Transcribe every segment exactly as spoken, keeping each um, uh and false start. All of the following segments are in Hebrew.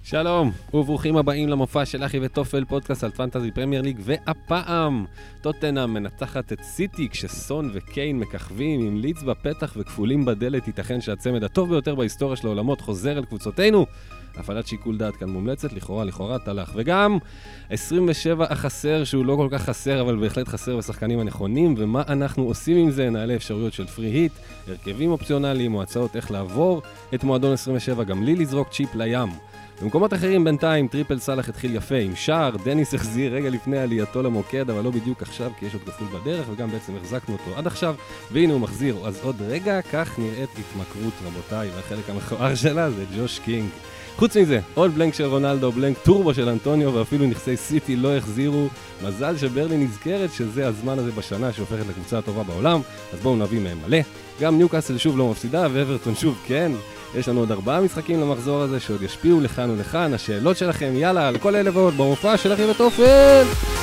שלום, וברוכים הבאים למופע של אחי וטופל, פודקאסט על פנטזי פרמייר ליג, והפעם טוטנהאם מנצחת את סיטי כשסון וקיין מככבים עם לידס בפתח וכפולים בדלת. ייתכן שהצמד הטוב ביותר בהיסטוריה של העולמות חוזר אל קבוצותינו. הפעלת שיקול דעת כאן מומלצת, לכאורה לכאורה תלך, וגם עשרים ושבע החסר שהוא לא כל כך חסר אבל בהחלט חסר בשחקנים הנכונים, ומה אנחנו עושים עם זה. נעלה אפשרויות של פרי היט, הרכבים אופציונליים או הצעות איך לעבור את מועדון עשרים ושבע, גם לי לזרוק צ'יפ לים. במקומות אחרים בינתיים טריפל סלאח התחיל יפה עם שער, דניס החזיר רגע לפני עלייתו למוקד, אבל לא בדיוק עכשיו כי יש עוד כפול בדרך, וגם בעצם החזקנו אותו עד עכשיו, והנה הוא מחזיר. אז עוד רגע כך נראית התמכרות, רבותיי, והחלק המכוער שלה זה ג'וש קינג. חוץ מזה, עוד בלנק של רונלדו, בלנק טורבו של אנטוניו, ואפילו נכסי סיטי לא החזירו. מזל שברלי נזכרת שזה הזמן הזה בשנה שהופכת לקבוצה הטובה בעולם, אז בואו נביא מהם מלא. גם ניוקאסל שוב לא מפסידה, ואברטון שוב כן. יש לנו עוד ארבעה משחקים למחזור הזה שעוד ישפיעו לכאן ולכאן. השאלות שלכם, יאללה, על כל אלה ועוד במופע של אחי וטופל.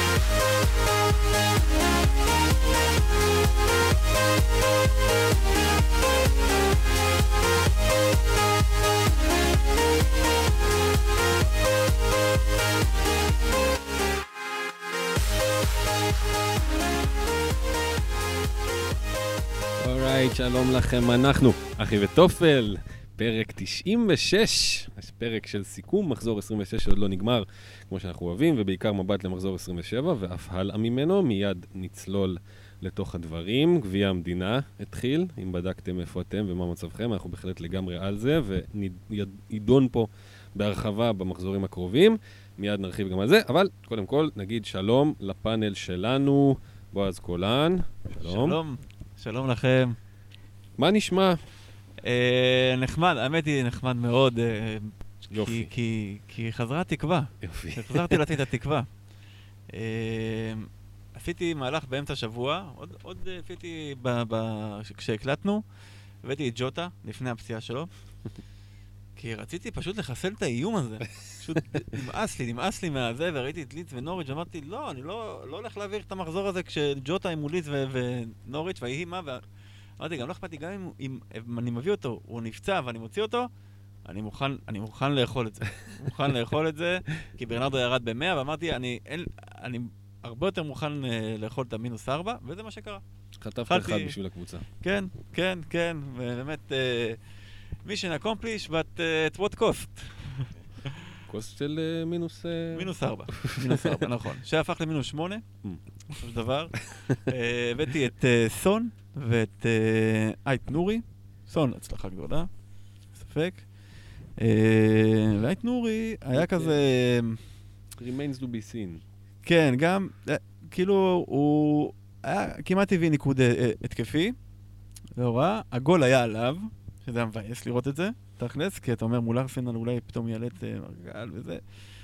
אורייט, שלום לכם, אנחנו אחי וטופל. פרק תשעים ושש, פרק של סיכום, מחזור עשרים ושש שעוד לא נגמר, כמו שאנחנו אוהבים, ובעיקר מבט למחזור עשרים ושבע, ואף הלאה ממנו, מיד נצלול לתוך הדברים. גביע המדינה התחיל, אם בדקתם איפה אתם ומה מצבכם, אנחנו בהחלט לגמרי על זה, וידון פה בהרחבה במחזורים הקרובים, מיד נרחיב גם על זה, אבל קודם כל נגיד שלום לפאנל שלנו, בועז קולן, שלום. שלום, שלום לכם. מה נשמע? אה, נחמד, האמת היא נחמד מאוד, אה, יופי. כי, כי, כי חזרה התקווה. יופי. החזרתי לעתיד התקווה. אה, עשיתי מהלך באמצע השבוע, עוד, עוד אה, עשיתי ב, ב, כשהקלטנו, הבאתי את ג'וטה לפני הפציעה שלו, כי רציתי פשוט לחסל את האיום הזה. פשוט נמאס לי, נמאס לי מהזה, וראיתי את ליץ ונוריץ' ואמרתי, לא, אני לא, לא הולך להעביר את המחזור הזה כשג'וטה עם ליץ ו- ונוריץ' והיא מה, וה... אמרתי, גם לא אכפתי, גם אם, אם, אם אני מביא אותו, הוא נפצע ואני מוציא אותו, אני מוכן, אני מוכן לאכול את זה. מוכן לאכול את זה, כי ברנרדו ירד ב-מאה, ואמרתי, אני, אין, אני הרבה יותר מוכן uh, לאכול את המינוס ארבע, וזה מה שקרה. חטפת אחד בשביל הקבוצה. כן, כן, כן, ובאמת, uh, mission accomplished, but uh, at what cost? קוסט של uh, מינוס... Uh... מינוס ארבע, מינוס ארבע, נכון. שהפך למינוס שמונה, בסופו של דבר. הבאתי את uh, סון, ואת אייט נורי, סון, הצלחה גדולה, ספק. ואייט נורי היה כזה... remains to be seen. כן, גם, כאילו, הוא היה כמעט הביא ניקוד התקפי, לא רע. הגול היה עליו, שזה היה מבאס לראות את זה, תכלס, כי אתה אומר מול ארסנל אולי פתאום יעלה את מרגל וזה.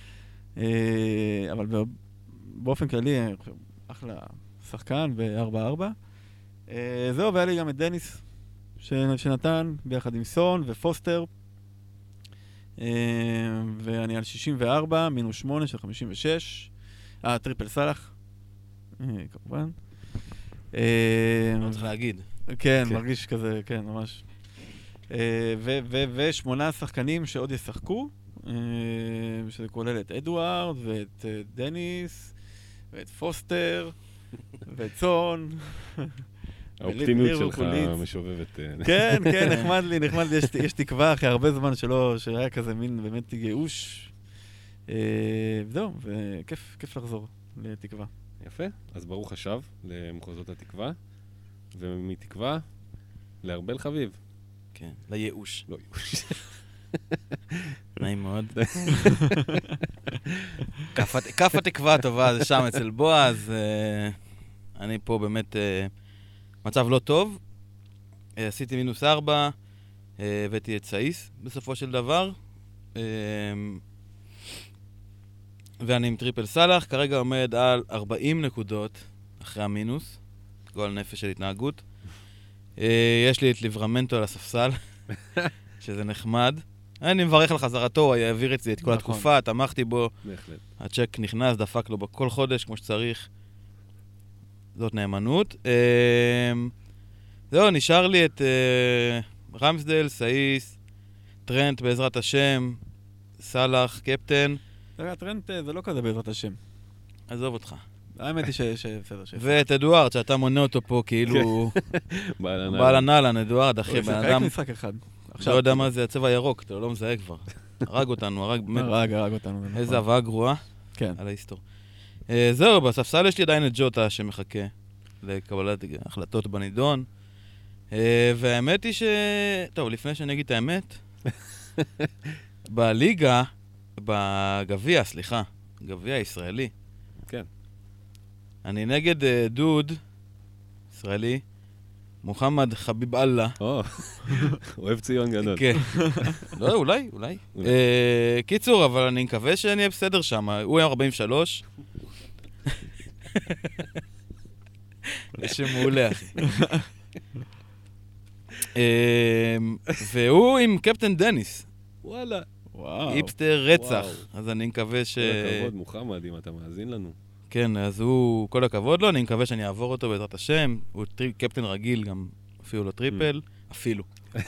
אבל באופן כללי, אחלה שחקן ב-ארבע ארבע. Uh, זהו, והיה לי גם את דניס ש... שנתן ביחד עם סון ופוסטר, uh, ואני על שישים וארבע, מינוס שמונה של חמישים ושש, אה, טריפל סלאח, uh, כמובן. לא צריך להגיד. כן, מרגיש כזה, כן, ממש. Uh, ו- ו- ושמונה שחקנים שעוד ישחקו, uh, שזה כולל את אדוארד ואת uh, דניס ואת פוסטר ואת סון. האופטימיות שלך משובבת. כן, כן, נחמד לי, נחמד לי, יש תקווה אחרי הרבה זמן שלא, שהיה כזה מין באמת ייאוש. זהו, וכיף, כיף לחזור לתקווה. יפה, אז ברוך השב למחוזות התקווה, ומתקווה לארבל חביב. כן, לייאוש. לא ייאוש. נעים מאוד. כף התקווה הטובה, זה שם אצל בועז. אני פה באמת... מצב לא טוב, עשיתי מינוס ארבע, הבאתי את סאיס בסופו של דבר, ואני עם טריפל סלאח, כרגע עומד על ארבעים נקודות אחרי המינוס, גול נפש של התנהגות. יש לי את ליברמנטו על הספסל, שזה נחמד. אני מברך על חזרתו, הוא העביר את זה את כל התקופה, תמכתי בו, הצ'ק נכנס, דפק לו בכל חודש כמו שצריך. זאת נאמנות. זהו, נשאר לי את רמסדל, סאיס, טרנט בעזרת השם, סלאח, קפטן. רגע, טרנט זה לא כזה בעזרת השם. עזוב אותך. האמת היא שבסדר שפר. ואת אדוארד, שאתה מונה אותו פה כאילו... בעל הנעלן, אדוארד, אחי, בן אדם... משחק אחד. לא יודע מה זה הצבע הירוק, אתה לא מזהה כבר. הרג אותנו, הרג... הרג, הרג אותנו. איזה הבאה גרועה. כן. על ההיסטור. זהו, בספסל יש לי עדיין את ג'וטה שמחכה לקבלת החלטות בנידון. והאמת היא ש... טוב, לפני שאני אגיד את האמת, בליגה, בגביע, סליחה, גביע הישראלי. כן. אני נגד דוד, ישראלי, מוחמד חביב אללה. או, אוהב ציון גדול. כן. לא, אולי, אולי. קיצור, אבל אני מקווה שאני אהיה בסדר שם. הוא היה ארבעים ושלוש. יש מעולה, אחי. והוא עם קפטן דניס. וואלה. וואו. היפסטר רצח. אז אני מקווה ש... כל הכבוד, מוחמד, אם אתה מאזין לנו. כן, אז הוא, כל הכבוד לו, אני מקווה שאני אעבור אותו בעזרת השם. הוא קפטן רגיל, גם אפילו לא טריפל. אפילו.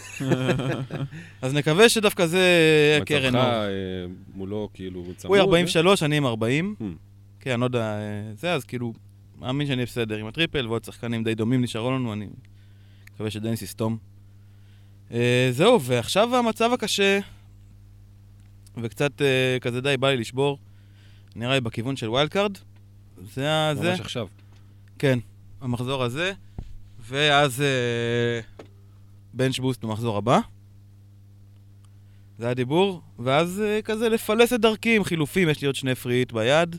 אז נקווה שדווקא זה קרן אור. מצבך מולו כאילו צמוד. הוא ארבעים ושלוש, אני עם ארבעים. כן, אני לא יודע, זה, אז כאילו, מאמין שאני בסדר עם הטריפל, ועוד שחקנים די דומים נשארו לנו, אני מקווה שדניס יסתום. זהו, ועכשיו המצב הקשה, וקצת כזה די בא לי לשבור, נראה לי בכיוון של ווילד קארד. זה ה... ממש עכשיו. כן, המחזור הזה, ואז בנץ' בוסט במחזור הבא. זה הדיבור, ואז כזה לפלס את דרכי עם חילופים, יש לי עוד שני פריט ביד.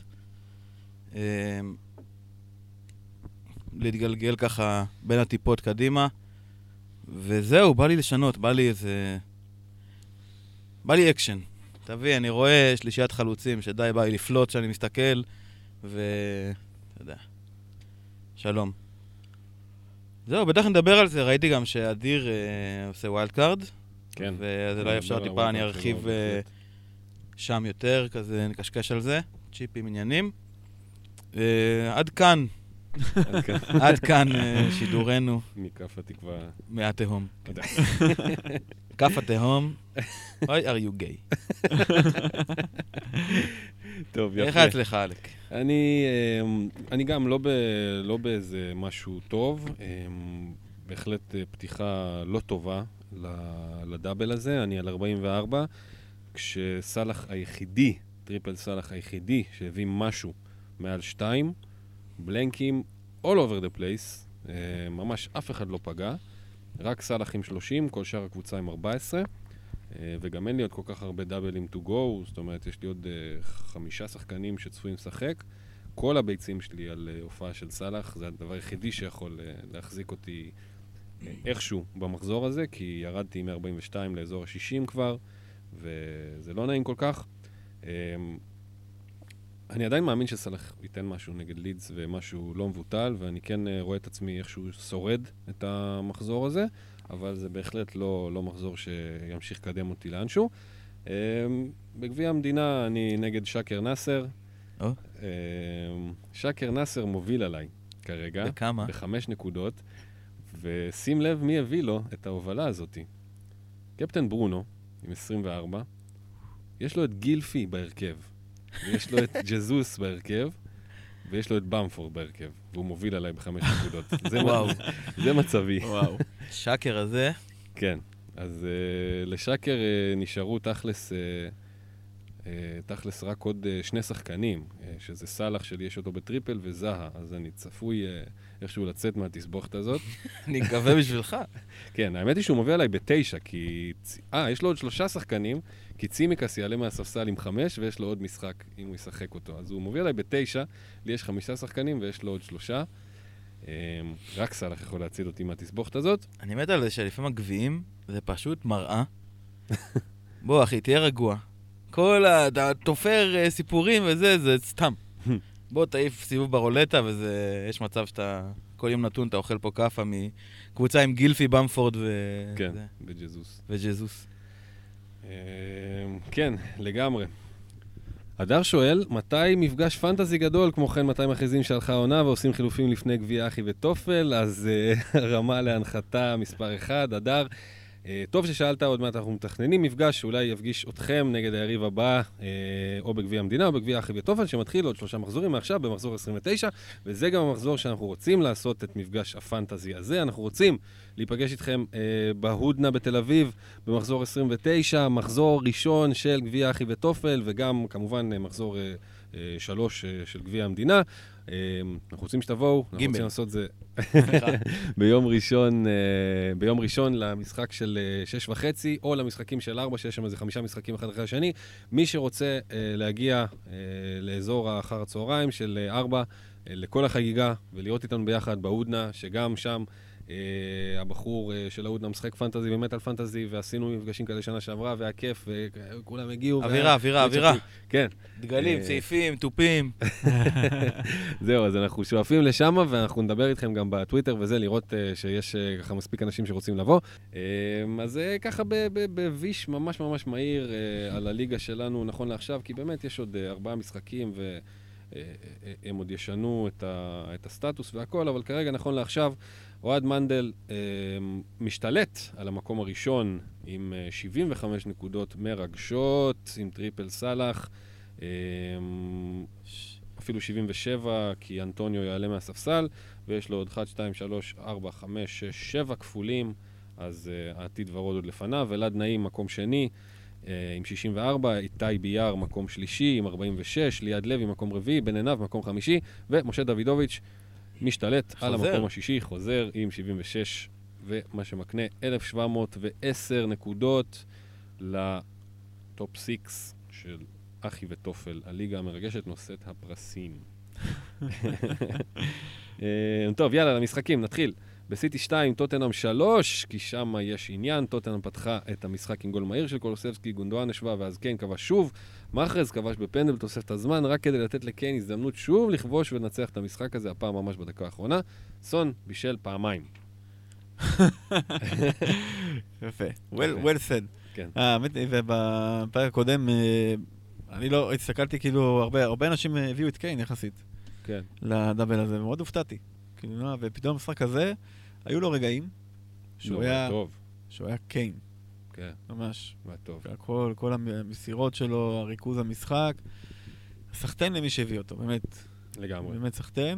להתגלגל ככה בין הטיפות קדימה. וזהו, בא לי לשנות, בא לי איזה... בא לי אקשן. תביא, אני רואה שלישיית חלוצים שדי בא לי לפלוט שאני מסתכל, ו... אתה יודע. שלום. זהו, בטח נדבר על זה, ראיתי גם שאדיר אה, עושה ווילד קארד. כן. וזה לא אפשר טיפה, אני ארחיב אה, שם יותר, כזה נקשקש על זה, צ'יפים עניינים. אה, עד כאן. עד כאן. עד כאן אה, שידורנו. מכף התקווה. מהתהום. כף התהום. Why are you gay? טוב, יפה. איך אצלך, אלק? אני, אני גם לא, ב, לא באיזה משהו טוב, בהחלט פתיחה לא טובה לדאבל הזה, אני על ארבעים וארבע, כשסלאח היחידי, טריפל סלאח היחידי, שהביא משהו מעל שתיים, בלנקים all over the place, ממש אף אחד לא פגע, רק סלאח עם שלושים, כל שאר הקבוצה עם ארבע עשרה, וגם אין לי עוד כל כך הרבה דאבלים to go, זאת אומרת, יש לי עוד חמישה שחקנים שצפויים לשחק. כל הביצים שלי על הופעה של סלאח, זה הדבר היחידי שיכול להחזיק אותי איכשהו במחזור הזה, כי ירדתי מ-ארבעים ושתיים לאזור ה-שישים כבר, וזה לא נעים כל כך. אני עדיין מאמין שסלאח ייתן משהו נגד לידס ומשהו לא מבוטל, ואני כן רואה את עצמי איכשהו שורד את המחזור הזה, אבל זה בהחלט לא, לא מחזור שימשיך קדם אותי לאנשהו. בגביע המדינה אני נגד שקר נאסר. או? שקר נאסר מוביל עליי כרגע. בכמה? בחמש נקודות, ושים לב מי הביא לו את ההובלה הזאת. קפטן ברונו, עם עשרים וארבע, יש לו את גילפי בהרכב, ויש לו את ג'זוס בהרכב, ויש לו את במפורד בהרכב, והוא מוביל עליי בחמש נקודות. זה, וואו. זה מצבי. וואו. שקר הזה? כן. אז uh, לשקר uh, נשארו תכלס, uh, uh, תכלס רק עוד uh, שני שחקנים, uh, שזה סלאח שלי, יש אותו בטריפל וזהה, אז אני צפוי uh, איכשהו לצאת מהתסבוכת הזאת. אני מקווה בשבילך. כן, האמת היא שהוא מוביל עליי בתשע, כי... אה, יש לו עוד שלושה שחקנים, כי צימקס יעלה מהספסל עם חמש, ויש לו עוד משחק אם הוא ישחק אותו. אז הוא מוביל עליי בתשע, לי יש חמישה שחקנים ויש לו עוד שלושה. רק סלאח יכול להציל אותי מהתסבוכת הזאת. אני מת על זה שלפעמים הגביעים זה פשוט מראה. בוא אחי, תהיה רגוע. כל התופר סיפורים וזה, זה סתם. בוא תעיף סיבוב ברולטה, וזה, יש מצב שאתה, כל יום נתון אתה אוכל פה קפה מקבוצה עם גילפי, במפורד ו... כן, וג'זוס. וג'זוס. כן, לגמרי. הדר שואל, מתי מפגש פנטזי גדול, כמו כן מתי מכריזים שהלכה עונה ועושים חילופים לפני גביע אחי וטופל, אז רמה להנחתה מספר אחד, הדר. טוב ששאלת, עוד מעט אנחנו מתכננים מפגש שאולי יפגיש אתכם נגד היריב הבא, או בגביע המדינה או בגביע אחי וטופל, שמתחיל עוד שלושה מחזורים מעכשיו במחזור עשרים ותשע, וזה גם המחזור שאנחנו רוצים לעשות את מפגש הפנטזי הזה. אנחנו רוצים להיפגש איתכם בהודנה בתל אביב במחזור עשרים ותשע, מחזור ראשון של גביע אחי וטופל, וגם כמובן מחזור שלוש של גביע המדינה. אנחנו רוצים שתבואו, אנחנו רוצים לעשות זה ביום ראשון, ביום ראשון למשחק של שש וחצי, או למשחקים של ארבע, שיש שם איזה חמישה משחקים אחד אחרי השני. מי שרוצה להגיע לאזור האחר הצהריים של ארבע, לכל החגיגה, ולראות איתנו ביחד בהודנה, שגם שם הבחור של ההודנה משחק פנטזי ומטל פנטזי, ועשינו מפגשים כאלה שנה שעברה, והיה כיף, וכולם הגיעו. אווירה, אווירה, אווירה. כן. דגלים, צעיפים, טופים. זהו, אז אנחנו שואפים לשם, ואנחנו נדבר איתכם גם בטוויטר וזה, לראות שיש ככה מספיק אנשים שרוצים לבוא. אז ככה בוויש ממש ממש מהיר על הליגה שלנו נכון לעכשיו, כי באמת יש עוד ארבעה משחקים, והם עוד ישנו את הסטטוס והכל, אבל כרגע נכון לעכשיו, אוהד מנדל אה, משתלט על המקום הראשון עם אה, שבעים וחמש נקודות מרגשות, עם טריפל סלאח, אה, אפילו שבעים ושבע, כי אנטוניו יעלה מהספסל, ויש לו עוד אחת, שתיים, שלוש, ארבע, חמש, שש, שבע כפולים, אז אה, העתיד ורוד עוד לפניו, ולד נעים מקום שני, אה, עם שישים וארבע, איתי בייר מקום שלישי עם ארבעים ושש, ליעד לוי מקום רביעי, בן עיניו מקום חמישי, ומשה דוידוביץ' משתלט חוזר. על המקום השישי, חוזר עם שבעים ושש, ומה שמקנה אלף שבע מאות ועשר נקודות לטופ שש של אחי וטופל, הליגה המרגשת נושאת הפרסים. טוב, יאללה, למשחקים, נתחיל. בסיטי שתיים, טוטנהאם שלוש, כי שם יש עניין. טוטנהאם פתחה את המשחק עם גול מהיר של קולוסבסקי, גונדואן השווה, ואז קיין כבש שוב. מחרז כבש בפנדל בתוספת הזמן, רק כדי לתת לקיין הזדמנות שוב לכבוש ולנצח את המשחק הזה, הפעם ממש בדקה האחרונה. סון בישל פעמיים. יפה. well said. כן. האמת, ובפרק הקודם, אני לא הסתכלתי, כאילו, הרבה אנשים הביאו את קיין יחסית. כן. לדאבל הזה, ומאוד הופתעתי. כאילו, ופתאום המשחק הזה, היו לו רגעים שהוא היה שהוא היה קיין. כן. ממש. מה טוב. כל, כל המסירות שלו, הריכוז המשחק. סחטן למי שהביא אותו, באמת. לגמרי. באמת סחטן.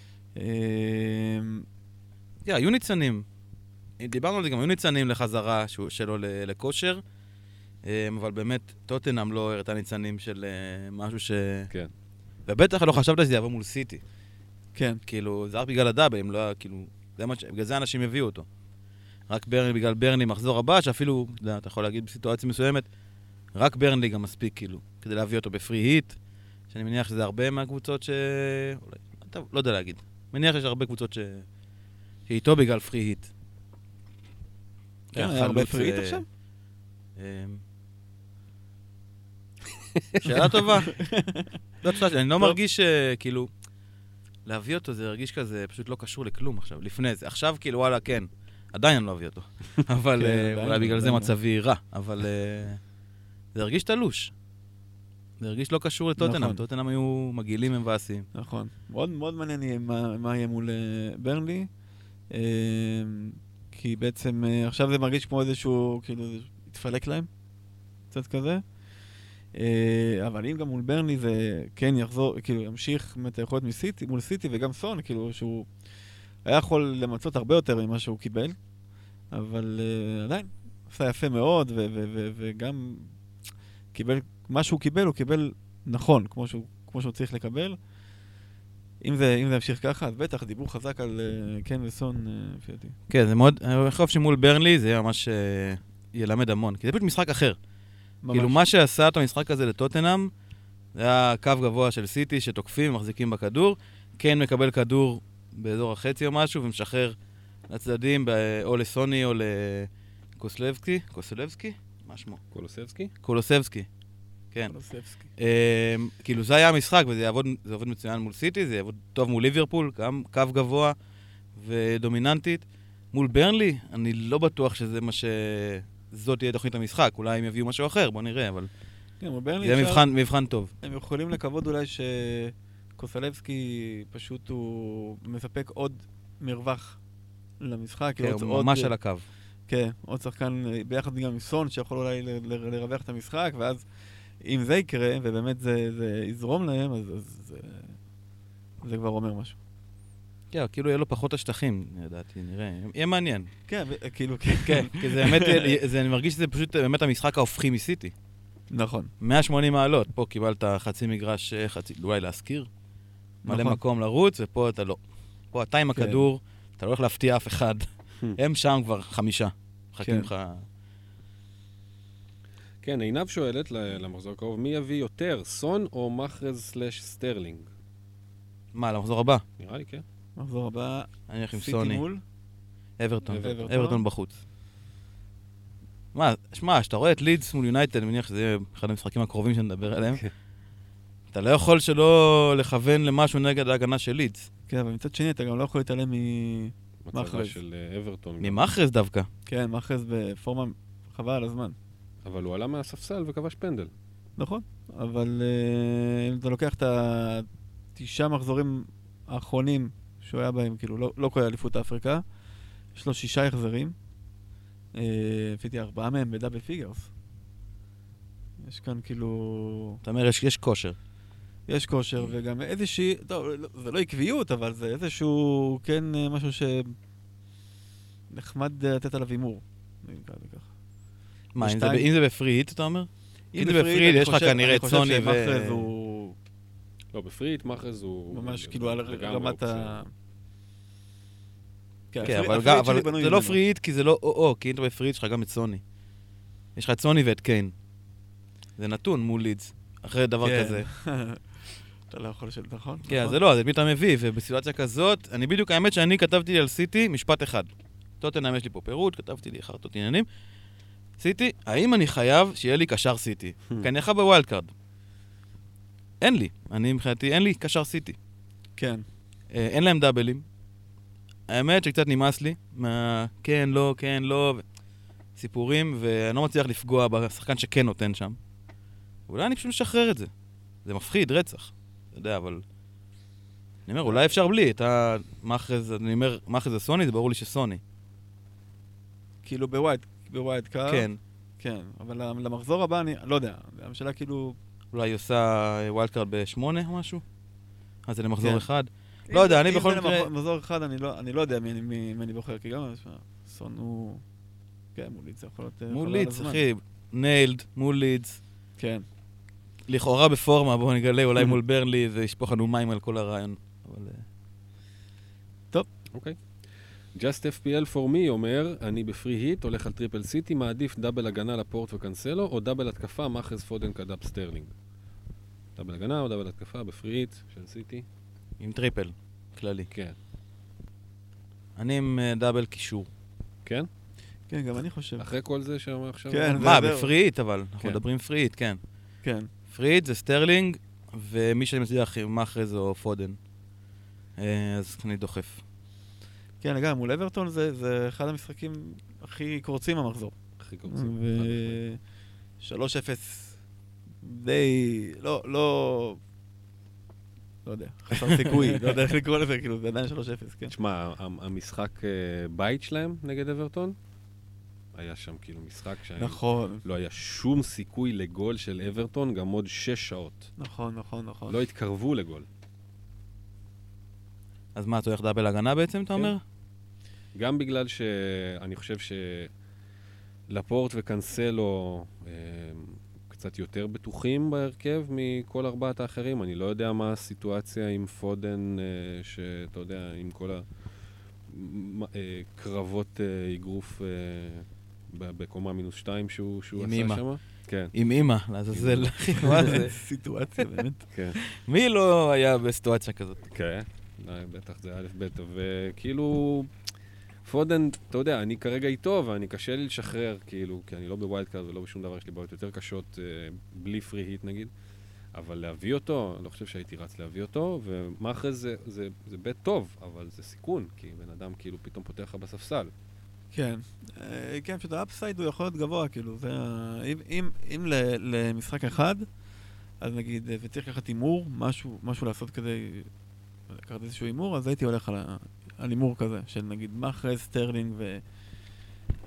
היו ניצנים. דיברנו על זה גם, היו ניצנים לחזרה שלו לכושר, אבל באמת, טוטנהאם לא הראתה ניצנים של משהו ש... כן. ובטח לא חשבת שזה יבוא מול סיטי. כן. כאילו, זה רק בגלל הדאבל, אם לא, כאילו, בגלל זה אנשים הביאו אותו. רק ברני, בגלל ברני מחזור הבא, שאפילו, אתה יכול להגיד בסיטואציה מסוימת, רק ברני גם מספיק, כאילו, כדי להביא אותו בפרי היט, שאני מניח שזה הרבה מהקבוצות ש... אולי, אתה לא יודע להגיד. מניח שיש הרבה קבוצות ש... שאיתו בגלל פרי היט. כן, היה הרבה פרי היט עכשיו? שאלה טובה. אני לא מרגיש, כאילו, להביא אותו זה הרגיש כזה, פשוט לא קשור לכלום עכשיו, לפני זה. עכשיו, כאילו, וואלה, כן. עדיין אני לא אביא אותו. אבל אולי בגלל זה מצבי רע. אבל זה הרגיש תלוש. זה הרגיש לא קשור לטוטנהאם. טוטנהאם היו מגעילים מבאסים. נכון. מאוד מאוד מעניין מה יהיה מול ברנלי. כי בעצם עכשיו זה מרגיש כמו איזשהו, כאילו, התפלק להם. קצת כזה. אבל אם גם מול ברנלי זה כן יחזור, כאילו, ימשיך את היכולת מסיטי, מול סיטי וגם סון, כאילו, שהוא היה יכול למצות הרבה יותר ממה שהוא קיבל. אבל uh, עדיין, עשה יפה מאוד, ו- ו- ו- וגם קיבל, מה שהוא קיבל, הוא קיבל נכון, כמו שהוא, כמו שהוא צריך לקבל. אם זה, אם זה ימשיך ככה, אז בטח, דיבור חזק על uh, קן וסון, uh, פייתי. כן, זה מאוד, אני חושב שמול ברנלי זה ממש uh, ילמד המון, כי זה פשוט משחק אחר. ממש. כאילו, מה שעשה את המשחק הזה לטוטנהאם, זה היה קו גבוה של סיטי שתוקפים, מחזיקים בכדור, קן מקבל כדור באזור החצי או משהו, ומשחרר לצדדים, או לסוני או לקוסלבסקי. קוסלבסקי? מה שמו? קולוסבסקי? קולוסבסקי, כן. קולוסבסקי. כאילו זה היה המשחק, וזה יעבוד, זה עובד מצוין מול סיטי, זה יעבוד טוב מול ליברפול, גם קו גבוה ודומיננטית. מול ברנלי, אני לא בטוח שזה מה ש... זאת תהיה תוכנית המשחק, אולי הם יביאו משהו אחר, בוא נראה, אבל... כן, מול ברנלי זה מבחן, מבחן טוב. הם יכולים לקוות אולי שקוסלבסקי פשוט הוא מספק עוד מרווח למשחק. כן, הוא ממש על הקו. כן, עוד שחקן ביחד גם עם סון, שיכול אולי ל- ל- לרווח את המשחק, ואז אם זה יקרה, ובאמת זה, זה יזרום להם, אז, אז זה, זה כבר אומר משהו. כן, כאילו יהיה לו פחות השטחים, לדעתי, נראה. יהיה מעניין. כן, ו- כאילו, כן, כן, כי זה באמת, זה, אני מרגיש שזה פשוט באמת המשחק ההופכי מסיטי. נכון. מאה ושמונים מעלות, פה קיבלת חצי מגרש, חצי, אולי להזכיר, מלא נכון. מקום לרוץ, ופה אתה לא. פה אתה עם כן. הכדור, אתה לא הולך להפתיע אף אחד. הם שם כבר חמישה. מחכים כן. לך... כן, עינב שואלת ל- למחזור הקרוב, מי יביא יותר, סון או מחרז סלש סטרלינג? מה, למחזור הבא? נראה לי, כן. מחזור הבא, אני הולך עם סיטי סוני. מול. אברטון. אברטון. אברטון בחוץ. מה, שמע, כשאתה רואה את לידס מול יונייטד, אני מניח שזה יהיה אחד המשחקים הקרובים שנדבר עליהם. כן. אתה לא יכול שלא לכוון למשהו נגד ההגנה של לידס. כן, אבל מצד שני, אתה גם לא יכול להתעלם מ... מצבה מחרז. של אה, אברטון. גם. ממחרז דווקא. כן, מחרז בפורמה חבל על הזמן. אבל הוא עלה מהספסל וכבש פנדל. נכון, אבל אה, אם אתה לוקח את התשעה מחזורים האחרונים שהוא היה בהם, כאילו, לא, לא כולל אליפות אפריקה, יש לו שישה החזרים, הפיתי ארבעה מהם בדאבל פיגרס. יש כאן כאילו... אתה אומר, יש, יש כושר. יש כושר וגם איזושהי, טוב, זה לא עקביות, אבל זה איזשהו, כן, אה, משהו שנחמד אה, לתת עליו הימור. אני אקרא לזה ככה. מה, אם זה, ושתיים- ב- אם זה בפריט, אתה אומר? אם זה בפריד, בפריד, אני יש לך חושב- כנראה את סוני אני ו... חושב שמחרז הוא לא, בפריט, מחרז הוא... ממש הוא כאילו על לגמרי רמת ה... אופציה. כן, כן, הפריד- אבל, הפריד גם, שלי אבל בנוי זה לא ממנו. פריט, כי זה לא או-או, כי אם אתה בפריט, יש לך גם את סוני. יש לך את סוני ואת קיין. זה נתון מול לידס, אחרי דבר כן. כזה. אתה לא יכול לשאול, נכון? כן, נכון. זה לא, זה מי אתה מביא, ובסיטואציה כזאת, אני בדיוק, האמת שאני כתבתי לי על סיטי משפט אחד. טוטנהאם יש לי פה פירוט, כתבתי לי חרטות עניינים. סיטי, האם אני חייב שיהיה לי קשר סיטי? כי אני יכול בווילד קארד. אין לי, אני מבחינתי, אין לי קשר סיטי. כן. אה, אין להם דאבלים. האמת שקצת נמאס לי, מה כן, לא, כן, לא, ו... סיפורים, ואני לא מצליח לפגוע בשחקן שכן נותן שם. אולי אני פשוט משחרר את זה. זה מפחיד, רצח. אתה יודע, אבל... אני אומר, אולי אפשר בלי, אתה... מאחז, אני אומר, מאחז זה סוני, זה ברור לי שסוני. כאילו בווייד, בווייד קאר. כן. כן, אבל למחזור הבא אני, לא יודע, הממשלה כאילו... אולי היא עושה ווילד קארד בשמונה או משהו? אז זה למחזור כן. אחד. לא יודע, אני בכל אם מקרה... זה למחזור אחד, אני לא, אני לא יודע מי, מי, מי אני בוחר, כי גם סון הוא... כן, מול לידס, זה יכול להיות... מול חבל על לידס, הזמן. אחי. ניילד, מול לידס. כן. לכאורה בפורמה, בואו נגלה, אולי Mhm. מול ברנלי, זה ישפוך לנו מים על כל הרעיון. אבל... אה, אוקיי. Just אף פי אל for me אומר, אני בפרי היט, הולך על טריפל סיטי, מעדיף דאבל הגנה לפורט וקנסלו, או דאבל התקפה, מאחז פודן כדאב סטרלינג. דאבל הגנה או דאבל התקפה בפרי היט של סיטי? עם טריפל, כללי. כן. אני עם אה, דאבל קישור. כן? כן, גם אני חושב. אחרי כל זה שאומר עכשיו... כן. מה, זהו. בפריט, אבל. אנחנו כן. מדברים פריט, כן. כן. פריט זה סטרלינג, ומי שאני מצליח עם מאחז או פודן. אה, אז אני דוחף. כן, לגמרי, מול אברטון זה, זה אחד המשחקים הכי קורצים במחזור. הכי קורצים. ו... שלוש אפס די... לא, לא... לא יודע, חסר סיכוי, לא יודע איך לקרוא לזה, כאילו, זה עדיין שלוש אפס, כן. תשמע, המשחק אה, בית שלהם נגד אברטון, היה שם כאילו משחק שאני... נכון, לא היה שום סיכוי לגול של אברטון, גם עוד שש שעות. נכון, נכון, נכון. לא התקרבו לגול. אז מה, אתה הולך דאבל הגנה בעצם, אתה כן. אומר? גם בגלל שאני חושב שלפורט וקנסלו אה, קצת יותר בטוחים בהרכב מכל ארבעת האחרים. אני לא יודע מה הסיטואציה עם פודן, אה, שאתה יודע, עם כל הקרבות אה, אגרוף אה, ב- בקומה מינוס שתיים שהוא, שהוא עם עשה אמא. שם. כן, עם אימא, לעזאזל. מה זה? סיטואציה, באמת. כן. מי לא היה בסיטואציה כזאת? כן, בטח זה א' ב', וכאילו, פודן, אתה יודע, אני כרגע איתו, ואני קשה לי לשחרר, כאילו, כי אני לא בווילד קארד ולא בשום דבר, יש לי בעיות יותר קשות, אה, בלי פרי היט נגיד, אבל להביא אותו, אני לא חושב שהייתי רץ להביא אותו, ומאחרי זה, זה, זה בית טוב, אבל זה סיכון, כי בן אדם כאילו פתאום פותח לך בספסל. כן, אה, כן, פשוט האפסייד הוא יכול להיות גבוה, כאילו, זה ה... אם, אם, אם ל- למשחק אחד, אז נגיד, אה, וצריך לקחת הימור, משהו, משהו לעשות כדי לקחת איזשהו הימור, אז הייתי הולך על, ה- על הימור כזה, של נגיד מאחרז, סטרלינג ו...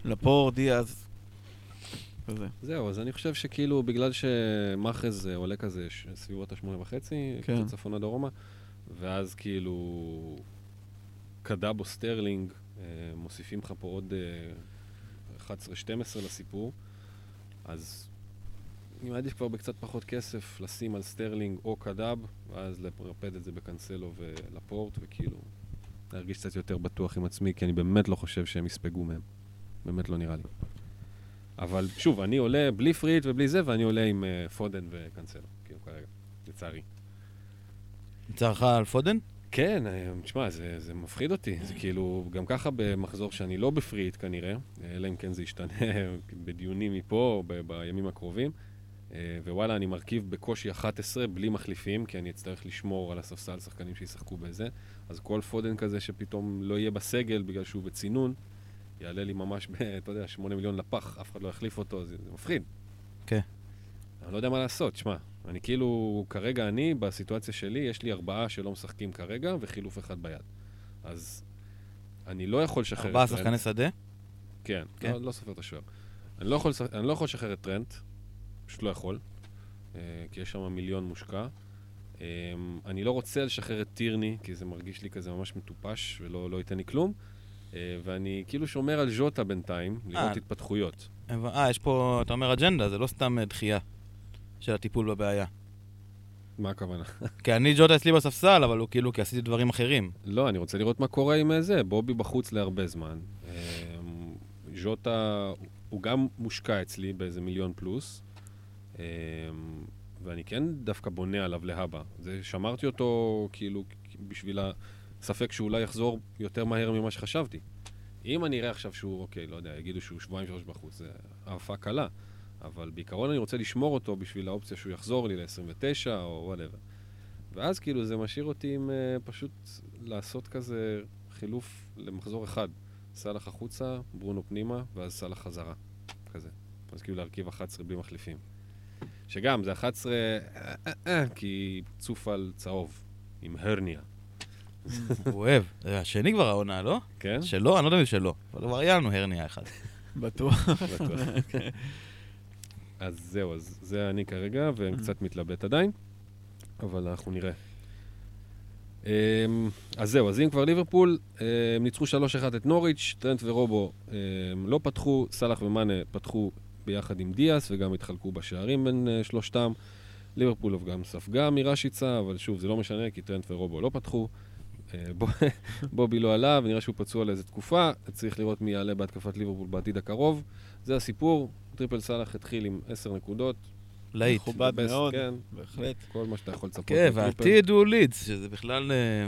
לפור, דיאז. וזה. זהו, אז אני חושב שכאילו, בגלל שמחז עולה כזה סביבות השמונה וחצי, כן. קצת צפונה דרומה, ואז כאילו קדאב או סטרלינג מוסיפים לך פה עוד אחת עשרה שתים עשרה לסיפור, אז אני מעדיף כבר בקצת פחות כסף לשים על סטרלינג או קדאב, ואז לרפד את זה בקנסלו ולפורט, וכאילו להרגיש קצת יותר בטוח עם עצמי, כי אני באמת לא חושב שהם יספגו מהם. באמת לא נראה לי. אבל שוב, אני עולה בלי פריט ובלי זה, ואני עולה עם uh, פודן וקנסלו, כאילו כרגע, לצערי. לצערך על פודן? כן, תשמע, זה, זה מפחיד אותי. זה כאילו, גם ככה במחזור שאני לא בפריט כנראה, אלא אם כן זה ישתנה בדיונים מפה, ב- בימים הקרובים, ווואלה, אני מרכיב בקושי אחת עשרה בלי מחליפים, כי אני אצטרך לשמור על הספסל שחקנים שישחקו בזה. אז כל פודן כזה שפתאום לא יהיה בסגל בגלל שהוא בצינון, יעלה לי ממש, ב, אתה יודע, שמונה מיליון לפח, אף אחד לא יחליף אותו, זה, זה מפחיד. כן. אני לא יודע מה לעשות, שמע. אני כאילו, כרגע אני, בסיטואציה שלי, יש לי ארבעה שלא משחקים כרגע, וחילוף אחד ביד. אז אני לא יכול לשחרר את טרנט. ארבעה שחקני שדה? כן, כן. לא, לא סופר את השוער. אני לא יכול, אני לא יכול לשחרר את טרנט, פשוט לא יכול, כי יש שם מיליון מושקע. אני לא רוצה לשחרר את טירני, כי זה מרגיש לי כזה ממש מטופש, ולא לא ייתן לי כלום. ואני כאילו שומר על ז'וטה בינתיים, לראות התפתחויות. אה, יש פה, אתה אומר אג'נדה, זה לא סתם דחייה של הטיפול בבעיה. מה הכוונה? כי אני ג'וטה אצלי בספסל, אבל הוא כאילו, כי עשיתי דברים אחרים. לא, אני רוצה לראות מה קורה עם זה. בובי בחוץ להרבה זמן. ז'וטה, הוא גם מושקע אצלי באיזה מיליון פלוס, ואני כן דווקא בונה עליו להבא. זה, שמרתי אותו כאילו בשביל הספק שאולי יחזור יותר מהר ממה שחשבתי. אם אני אראה עכשיו שהוא, אוקיי, לא יודע, יגידו שהוא שבועיים שלוש בחוץ, זה הערפה קלה. אבל בעיקרון אני רוצה לשמור אותו בשביל האופציה שהוא יחזור לי ל-עשרים ותשע או whatever. ואז כאילו זה משאיר אותי עם uh, פשוט לעשות כזה חילוף למחזור אחד. סלח החוצה, ברונו פנימה, ואז סלח חזרה. כזה. אז כאילו להרכיב אחת עשרה בלי מחליפים. שגם זה אחת עשרה, אה, אה, אה, כי צוף על צהוב, עם הרניה. הוא אוהב. השני כבר העונה, לא? כן? שלא, אני לא יודע אם שלא. אבל כבר היה לנו הרניה אחד. בטוח. בטוח. אז זהו, אז זה אני כרגע, וקצת מתלבט עדיין, אבל אנחנו נראה. אז זהו, אז אם כבר ליברפול, הם ניצחו שלוש אחת את נוריץ', טרנט ורובו לא פתחו, סלח ומאנה פתחו ביחד עם דיאס, וגם התחלקו בשערים בין שלושתם. ליברפול גם ספגה מרשיצה, אבל שוב, זה לא משנה, כי טרנט ורובו לא פתחו. בובי לא עלה, ונראה שהוא פצוע לאיזו תקופה. צריך לראות מי יעלה בהתקפת ליברפול בעתיד הקרוב. זה הסיפור. טריפל סלח התחיל עם עשר נקודות. להיט. מכובד מאוד, כן, בהחלט. כל מה שאתה יכול לצפות. כן, והעתיד הוא לידס, שזה בכלל...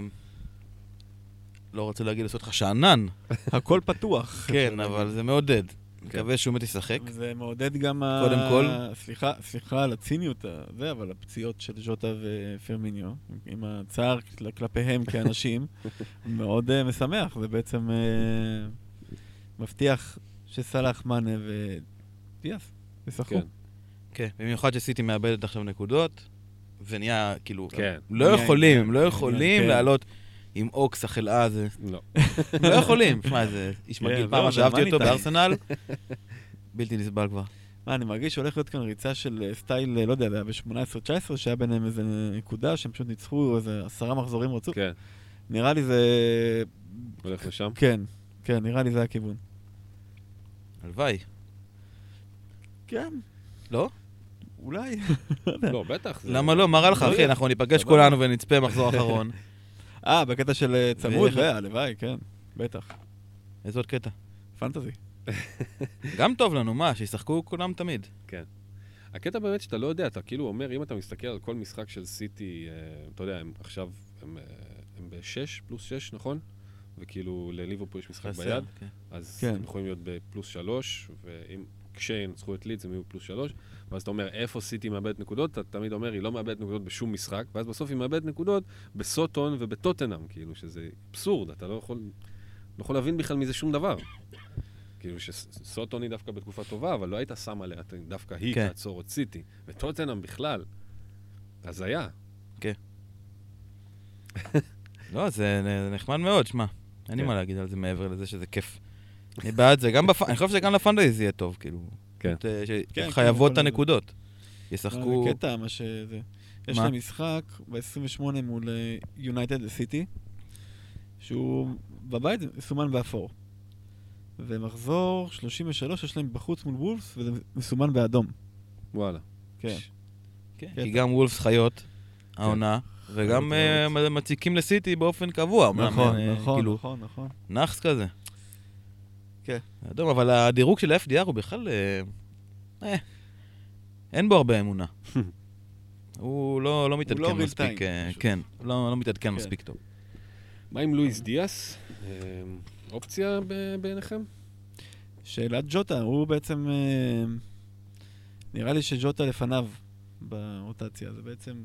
לא רוצה להגיד לעשות לך שענן. הכל פתוח. כן, אבל זה מעודד. מקווה שהוא מת ישחק. זה מעודד גם... קודם כל. סליחה, סליחה על הציניות הזה, אבל הפציעות של ז'וטה ופרמיניו, עם הצער כלפיהם כאנשים, מאוד משמח. זה בעצם מבטיח שסלח, מאנה ודיאס ישחקו. כן. כן, במיוחד שסיטי מאבדת עכשיו נקודות, ונהיה, כאילו, כן. לא יכולים, הם לא יכולים לעלות עם אוקס החלאה הזה. לא. לא יכולים. שמע, זה איש מגיל פעם, שאהבתי אותו בארסנל, בלתי נסבל כבר. מה, אני מרגיש שהולך להיות כאן ריצה של סטייל, לא יודע, זה היה ב-שמונה עשרה תשע עשרה, שהיה ביניהם איזה נקודה, שהם פשוט ניצחו איזה עשרה מחזורים רצו. כן. נראה לי זה... הולך לשם? כן, כן, נראה לי זה הכיוון. הלוואי. כן. לא? אולי. לא, בטח. למה לא? מה רע לך, אחי? אנחנו ניפגש כולנו ונצפה מחזור אחרון. אה, בקטע של צמוד, הלוואי, כן, בטח. איזה עוד קטע? פנטזי. גם טוב לנו, מה? שישחקו כולם תמיד. כן. הקטע באמת שאתה לא יודע, אתה כאילו אומר, אם אתה מסתכל על כל משחק של סיטי, אתה יודע, הם עכשיו, הם בשש, פלוס שש, נכון? וכאילו לליברפול יש משחק ביד, אז הם יכולים להיות בפלוס שלוש, ואם כשינצחו את לידס הם יהיו פלוס שלוש, ואז אתה אומר, איפה סיטי מאבדת נקודות? אתה תמיד אומר, היא לא מאבדת נקודות בשום משחק, ואז בסוף היא מאבדת נקודות בסוטון ובטוטנאם, כאילו שזה אבסורד, אתה לא יכול, לא יכול להבין בכלל מזה שום דבר. כאילו שסוטון היא דווקא בתקופה טובה, אבל לא היית שם עליה, דווקא היא כן. תעצור את סיטי, וטוטנאם בכלל. אז היה. כן. לא, זה נחמד מאוד, שמה. אין לי כן. מה להגיד על זה מעבר לזה שזה כיף אני בעד זה, גם בפ... אני חושב שגם לפנטזי זה יהיה טוב, כאילו. כן. שחייבות את הנקודות. ישחקו... זה קטע, מה שזה. יש להם משחק ב-עשרים ושמונה מול יונייטד סיטי, שהוא בבית מסומן באפור. ומחזור שלושים ושלוש יש להם בחוץ מול וולפס, וזה מסומן באדום. וואלה. כן. כי גם וולפס חיות, העונה, וגם מציקים לסיטי באופן קבוע. נכון, נכון, נכון, נכון. נחס כזה. כן. אדום, אבל הדירוג של ה-אף די אר הוא בכלל... אה, אין בו הרבה אמונה. הוא לא מתעדכן מספיק, כן, לא מתעדכן מספיק טוב. מה עם לואיס דיאס? אופציה בעיניכם? שאלת ג'וטה, הוא בעצם... נראה לי שג'וטה לפניו ברוטציה, זה בעצם...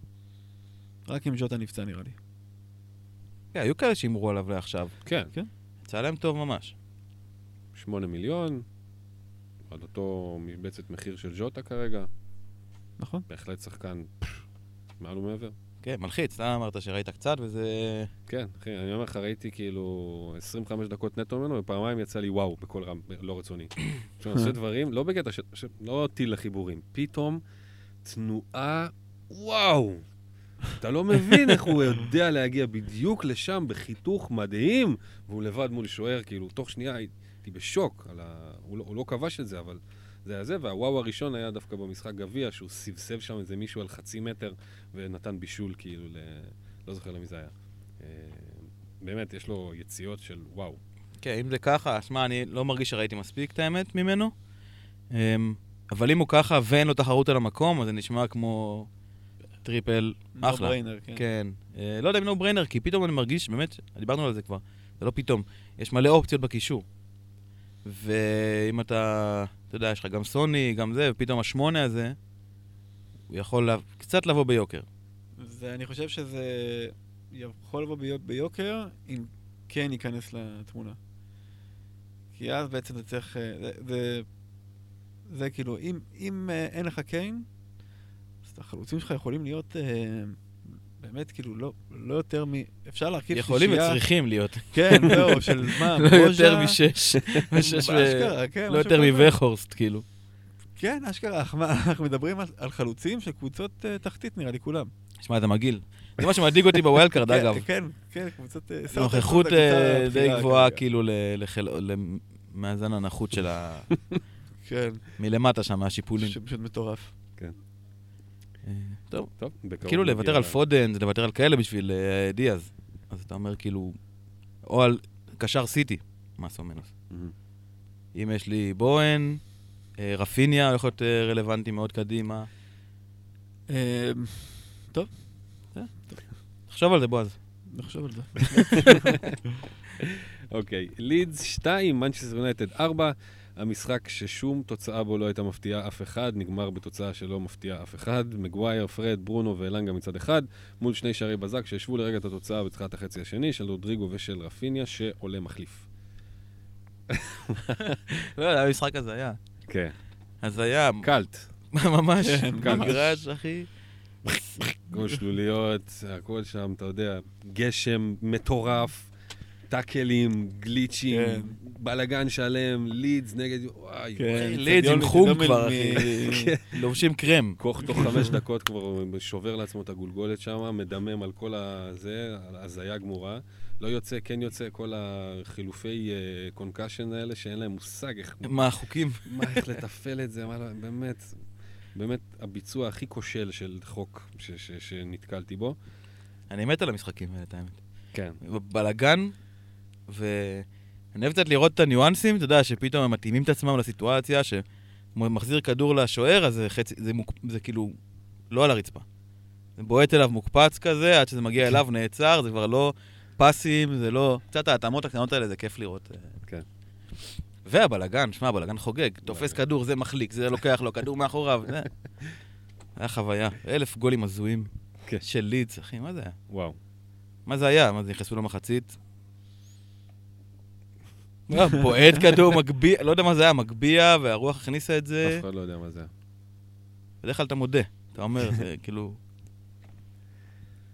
רק אם ג'וטה נפצע נראה לי. כן, היו כאלה שאמרו עליו לעכשיו. כן. יצא להם טוב ממש. שמונה מיליון, עד אותו מבצת מחיר של ג'וטה כרגע. נכון. בהחלט שחקן מעל ומעבר. כן, מלחיץ, אתה אמרת שראית קצת וזה... כן, אחי, אני אומר לך, ראיתי כאילו עשרים וחמש דקות נטו ממנו, ופעמיים יצא לי וואו, בכל רם, לא רצוני. שאני עושה דברים, לא בקטע, לא טיל לחיבורים, פתאום תנועה, וואו! אתה לא מבין איך הוא יודע להגיע בדיוק לשם בחיתוך מדהים, והוא לבד מול שוער, כאילו, תוך שנייה הייתי בשוק, ה... הוא, לא, הוא לא כבש את זה, אבל זה היה זה, והוואו הראשון היה דווקא במשחק גביע, שהוא סבסב שם איזה מישהו על חצי מטר, ונתן בישול, כאילו, ל... לא זוכר למי זה היה. באמת, יש לו יציאות של וואו. כן, אם זה ככה, שמע, אני לא מרגיש שראיתי מספיק את האמת ממנו, אבל אם הוא ככה ואין לו תחרות על המקום, אז זה נשמע כמו... טריפל, אחלה. נו בריינר, כן. כן. לא יודע אם נו בריינר, כי פתאום אני מרגיש, באמת, דיברנו על זה כבר, זה לא פתאום, יש מלא אופציות בקישור. ואם אתה, אתה יודע, יש לך גם סוני, גם זה, ופתאום השמונה הזה, הוא יכול קצת לבוא ביוקר. ואני חושב שזה יכול לבוא ביוקר, אם כן ייכנס לתמונה. כי אז בעצם זה צריך, זה, זה, זה כאילו, אם, אם אין לך קיין, אז החלוצים שלך יכולים להיות אה, באמת כאילו לא, לא יותר מ... אפשר להרכיב שישייה... יכולים וצריכים להיות. כן, לא, של מה, לא יותר משש. משש ו... לא יותר מווחורסט, כאילו. כן, אשכרה, אנחנו מדברים על, על חלוצים של קבוצות uh, תחתית, נראה לי כולם. שמע, אתה מגעיל. זה מה שמדאיג אותי בווילדקארד, אגב. כן, כן, קבוצות... נוכחות די גבוהה, כאילו, למאזן הנחות של ה... כן. מלמטה שם, מהשיפולים. פשוט מטורף. כן. טוב, טוב. כאילו לוותר על פודן, זה לוותר על כאלה בשביל דיאז. אז אתה אומר כאילו, או על קשר סיטי, מסו מנוס. אם יש לי בוהן, רפיניה, יכול להיות רלוונטי מאוד קדימה. טוב. תחשוב על זה, בועז. נחשוב על זה. אוקיי, לידס שתיים, מנצ'סטר יונייטד ארבע. המשחק ששום תוצאה בו לא הייתה מפתיעה אף אחד, נגמר בתוצאה שלא מפתיעה אף אחד. מגווייר, פרד, ברונו ואלנגה מצד אחד, מול שני שערי בזק שישבו לרגע את התוצאה בתחילת החצי השני, של רודריגו ושל רפיניה, שעולה מחליף. לא, היה משחק אז היה. כן. אז היה... קלט. ממש. מגרש, אחי. כל שלוליות, הכל שם, אתה יודע, גשם מטורף. טאקלים, גליצ'ים, בלגן שלם, לידס נגד... וואי, לידס עם חום כבר, אחי. לובשים קרם. כוח תוך חמש דקות כבר שובר לעצמו את הגולגולת שם, מדמם על כל הזה, על הזיה גמורה. לא יוצא, כן יוצא, כל החילופי קונקשן האלה, שאין להם מושג איך... מה החוקים? מה, איך לתפעל את זה, באמת, באמת הביצוע הכי כושל של חוק שנתקלתי בו. אני מת על המשחקים האלה, את האמת. כן. בלגן, ואני אוהב קצת לראות את הניואנסים, אתה יודע, שפתאום הם מתאימים את עצמם לסיטואציה, שמחזיר כדור לשוער, אז זה, חצי, זה, מוק, זה כאילו לא על הרצפה. זה בועט אליו מוקפץ כזה, עד שזה מגיע אליו נעצר, זה כבר לא פסים, זה לא... קצת ההתאמות הקטנות האלה, זה כיף לראות. כן. והבלגן, שמע, הבלגן חוגג, תופס כדור, זה מחליק, זה לוקח לו, כדור מאחוריו, זה... היה חוויה, אלף גולים הזויים של לידס, אחי, מה זה היה? וואו. מה זה היה? מה זה, נכנסו למחצית? בועט כדור, מגביע, לא יודע מה זה היה, מגביע, והרוח הכניסה את זה. אף אחד לא יודע מה זה היה. בדרך כלל אתה מודה, אתה אומר, זה כאילו...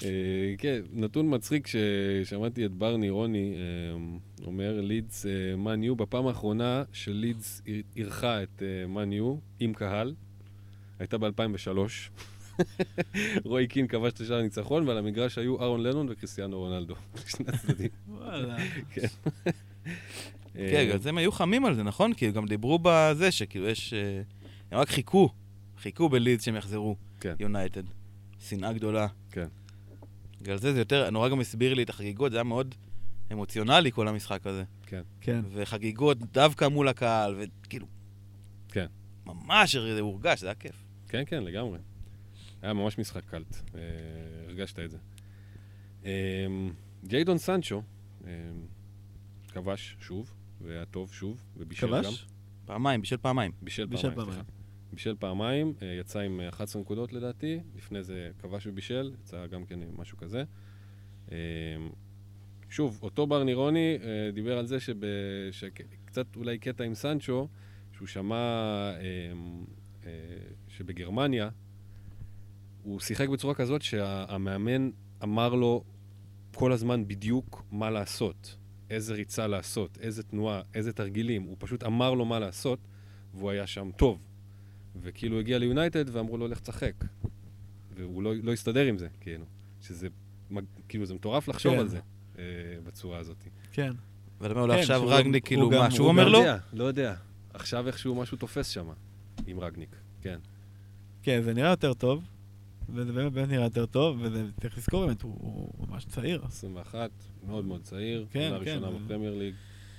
כן, נתון מצחיק ששמעתי את ברני רוני אומר, לידס מניו, בפעם האחרונה שלידס אירחה את מניו עם קהל, הייתה ב-אלפיים ושלוש. רוי קין כבש את השער הניצחון, ועל המגרש היו אהרון לנון וקריסטיאנו רונלדו. שני הצדדים. וואלה. כן. כן, אז הם היו חמים על זה, נכון? כי גם דיברו בזה שכאילו יש... הם רק חיכו, חיכו בלידס שהם יחזרו. כן. יונייטד. שנאה גדולה. כן. בגלל זה זה יותר, נורא גם הסביר לי את החגיגות, זה היה מאוד אמוציונלי כל המשחק הזה. כן. כן. וחגיגות דווקא מול הקהל, וכאילו... כן. ממש זה הורגש, זה היה כיף. כן, כן, לגמרי. היה ממש משחק קלט. אה, הרגשת את זה. אה, ג'יידון סנצ'ו אה, כבש שוב, והיה טוב שוב, ובישל גם. כבש? פעמיים, בשל פעמיים. בישל בישל פעמיים, פעמיים. סליחה. בישל פעמיים, אה, יצא עם אחת עשרה נקודות לדעתי, לפני זה כבש ובישל, יצא גם כן משהו כזה. אה, שוב, אותו ברני רוני אה, דיבר על זה שב, שקצת אולי קטע עם סנצ'ו, שהוא שמע אה, אה, שבגרמניה, הוא שיחק בצורה כזאת שהמאמן אמר לו כל הזמן בדיוק מה לעשות, איזה ריצה לעשות, איזה תנועה, איזה תרגילים. הוא פשוט אמר לו מה לעשות, והוא היה שם טוב. וכאילו הגיע ליונייטד ואמרו לו, לך תשחק. והוא לא, לא הסתדר עם זה, כאילו. שזה, כאילו, זה מטורף לחשוב כן. על זה, אה, בצורה הזאת. כן. ואתה אומר לו כן, עכשיו שהוא רגניק, גם- כאילו, הוא גם- מה שהוא הוא אומר גם לו? לא יודע, לא יודע. עכשיו איכשהו משהו תופס שם, עם רגניק. כן. כן, זה נראה יותר טוב, וזה באמת באמת נראה יותר טוב, וצריך לזכור באמת, הוא, הוא ממש צעיר. עשרים ואחת, מאוד מאוד צעיר. כן, עונה כן, ראשונה ו- בפרמייר ליג.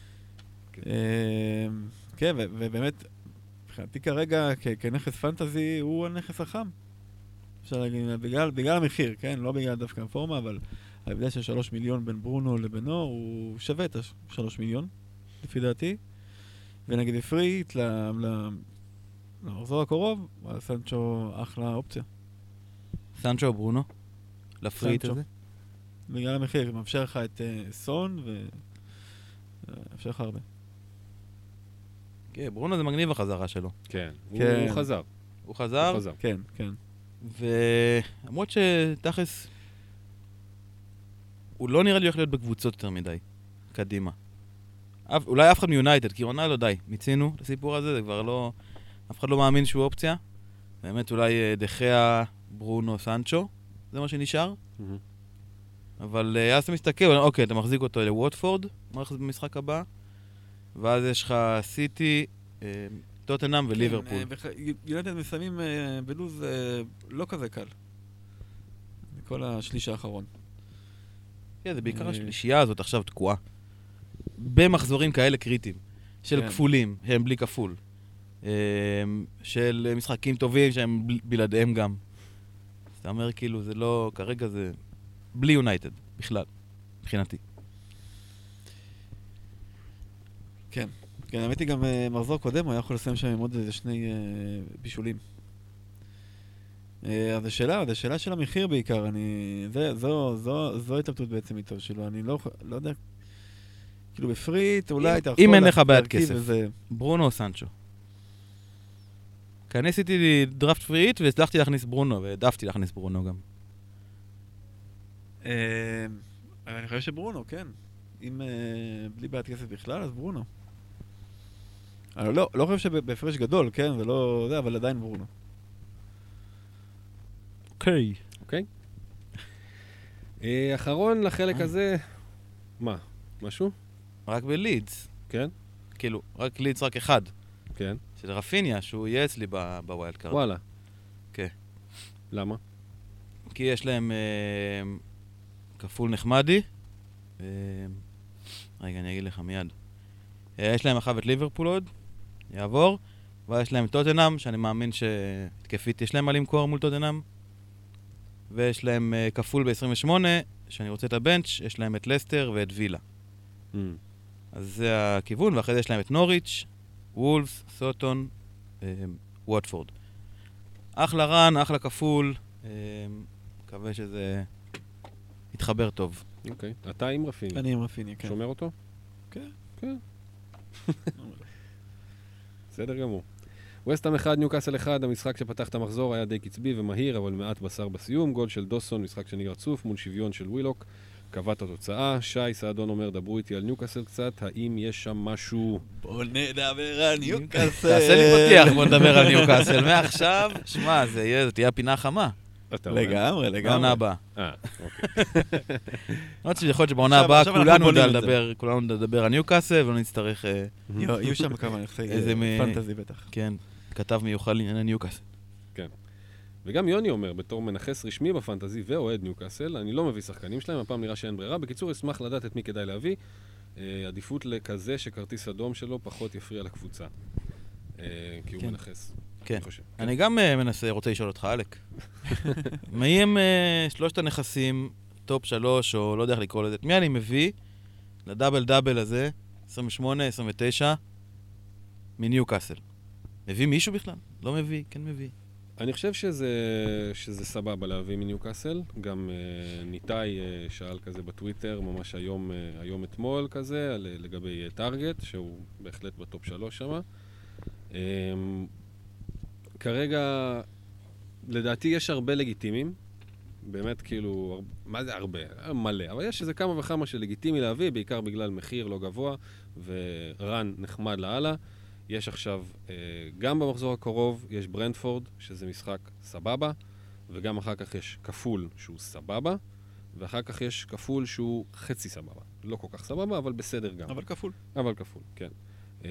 אה, כן, ו- ובאמת, מבחינתי כרגע, כ- כנכס פנטזי, הוא הנכס החם. אפשר להגיד, בגלל, בגלל המחיר, כן? לא בגלל דווקא הפורמה, אבל ההבדל של שלוש מיליון בין ברונו לבינו, הוא שווה את השלוש מיליון, לפי דעתי. ונגיד הפריט ל- ל- למחזור הקרוב, סנצ'ו אחלה אופציה. סנצ'ו או ברונו? לפריט סנצ'ו. הזה? בגלל המחיר, מאפשר לך את uh, סון, ומאפשר לך הרבה. כן, ברונו זה מגניב החזרה שלו. כן. הוא- כן. הוא חזר. הוא חזר, הוא חזר. כן, כן. ולמרות שתכלס, הוא לא נראה לי הולך להיות בקבוצות יותר מדי, קדימה. אף, אולי אף אחד מיונייטד, כי עונה לא די, מיצינו את הסיפור הזה, זה כבר לא, אף אחד לא מאמין שהוא אופציה. באמת אולי אה, דחיה, ברונו, סנצ'ו, זה מה שנשאר. מהמם. אבל אה, אז אתה מסתכל, אוקיי, אתה מחזיק אותו לווטפורד, מערכת במשחק הבא, ואז יש לך סיטי, אה, טוטנאם וליברפול. יונייטד מסיימים אה, בלוז אה, לא כזה קל. כל השליש האחרון. כן, זה בעיקר אה. השלישייה הזאת עכשיו תקועה. במחזורים כאלה קריטיים, של כן. כפולים, שהם בלי כפול. אה, של משחקים טובים שהם בל- בלעדיהם גם. אז אתה אומר כאילו, זה לא, כרגע זה בלי יונייטד, בכלל, מבחינתי. כן. כן, האמת היא גם אה, מחזור קודם, הוא היה יכול לסיים שם עם עוד איזה שני אה, בישולים. אה, אז השאלה, זו שאלה של המחיר בעיקר, אני... זה, זו, זו, זו התלבטות בעצם איתו שלו, אני לא, לא יודע... כאילו בפריט, אולי אתה יכול... אם אין לך להרכיב בעיית כסף. וזה- ברונו או סנצ'ו? כי אני עשיתי דראפט פריט והצלחתי להכניס ברונו, והעדפתי להכניס ברונו גם. אה, אני חושב שברונו, כן. אם אה, בלי בעיית כסף בכלל, אז ברונו. אני לא, לא חושב שבהפרש גדול, כן? זה לא... זה, אבל עדיין ברונו. אוקיי. אוקיי? אה, אחרון לחלק הזה, מה? משהו? רק בלידס. כן? כאילו, רק לידס רק אחד. כן. של רפיניה, שהוא יהיה אצלי ב- בווילד קארד. וואלה. כן. למה? כי יש להם אה, כפול נחמדי. אה, רגע, אני אגיד לך מיד. אה, יש להם אחר את ליברפול עוד, יעבור. ויש להם טוטנאם, שאני מאמין שהתקפית יש להם מה למכור מול טוטנאם. ויש להם אה, כפול ב-עשרים ושמונה, שאני רוצה את הבנץ', יש להם את לסטר ואת וילה. Mm. אז זה הכיוון, ואחרי זה יש להם את נוריץ', וולפס, סוטון, אה, ווטפורד. אחלה רן, אחלה כפול, אה, מקווה שזה יתחבר טוב. אוקיי. אתה עם רפיני. אני עם רפיניה, כן. שומר אותו? כן. כן. בסדר גמור. ווסטהאם אחד, ניוקאסל אחד, המשחק שפתח את המחזור היה די קצבי ומהיר, אבל מעט בשר בסיום. גול של דוסון, משחק שני רצוף, מול שוויון של ווילוק. קבע את התוצאה. שי סעדון אומר, דברו איתי על ניוקאסל קצת, האם יש שם משהו... בוא נדבר על ניוקאסל. תעשה לי פתיח, בוא נדבר על ניוקאסל. מעכשיו, שמע, זה יהיה, זה תהיה הפינה חמה. לגמרי, לגמרי. בעונה הבאה. אה, אוקיי. לא חושב שיכול להיות שבעונה עכשיו- הבאה עכשיו אנחנו כולנו בונים נדע את זה. לדבר, כולנו נדבר על ניוקאסל, ולא נצטרך, אה, יהיו יהיו שם כמה נכסי איזה מ- פנטזי בטח. כן, כתב מיוחד לעניין ניוקאסל. וגם יוני אומר, בתור מנחס רשמי בפנטזי ואוהד ניוקאסל, אני לא מביא שחקנים שלהם, הפעם נראה שאין ברירה. בקיצור, אשמח לדעת את מי כדאי להביא. אה, עדיפות לכזה שכרטיס אדום שלו פחות יפריע לקבוצה. אה, כי הוא כן. מנחס. כן. אני חושב. אני גם אה, מנסה, רוצה לשאול אותך, אלק. מי הם אה, שלושת הנכסים, טופ שלוש, או לא יודע איך לקרוא לזה, את מי אני מביא לדאבל דאבל הזה, עשרים ושמונה, עשרים ותשע, מניוקאסל? מביא מישהו בכלל? לא מביא, כן מביא. אני חושב שזה, שזה סבבה להביא מניוקאסל. גם אה, ניתאי אה, שאל כזה בטוויטר, ממש היום, אה, היום אתמול כזה, על, לגבי אה, טארגט, שהוא בהחלט בטופ שלוש שמה. אה, כרגע, לדעתי יש הרבה לגיטימיים. באמת כאילו, הר- מה זה הרבה? אה, מלא. אבל יש איזה כמה וכמה שלגיטימי להביא, בעיקר בגלל מחיר לא גבוה, ורן נחמד לאללה. יש עכשיו, אה, גם במחזור הקרוב, יש ברנדפורד, שזה משחק סבבה, וגם אחר כך יש כפול שהוא סבבה, ואחר כך יש כפול שהוא חצי סבבה. לא כל כך סבבה, אבל בסדר גם. אבל כפול. אבל כפול, כן. אמ,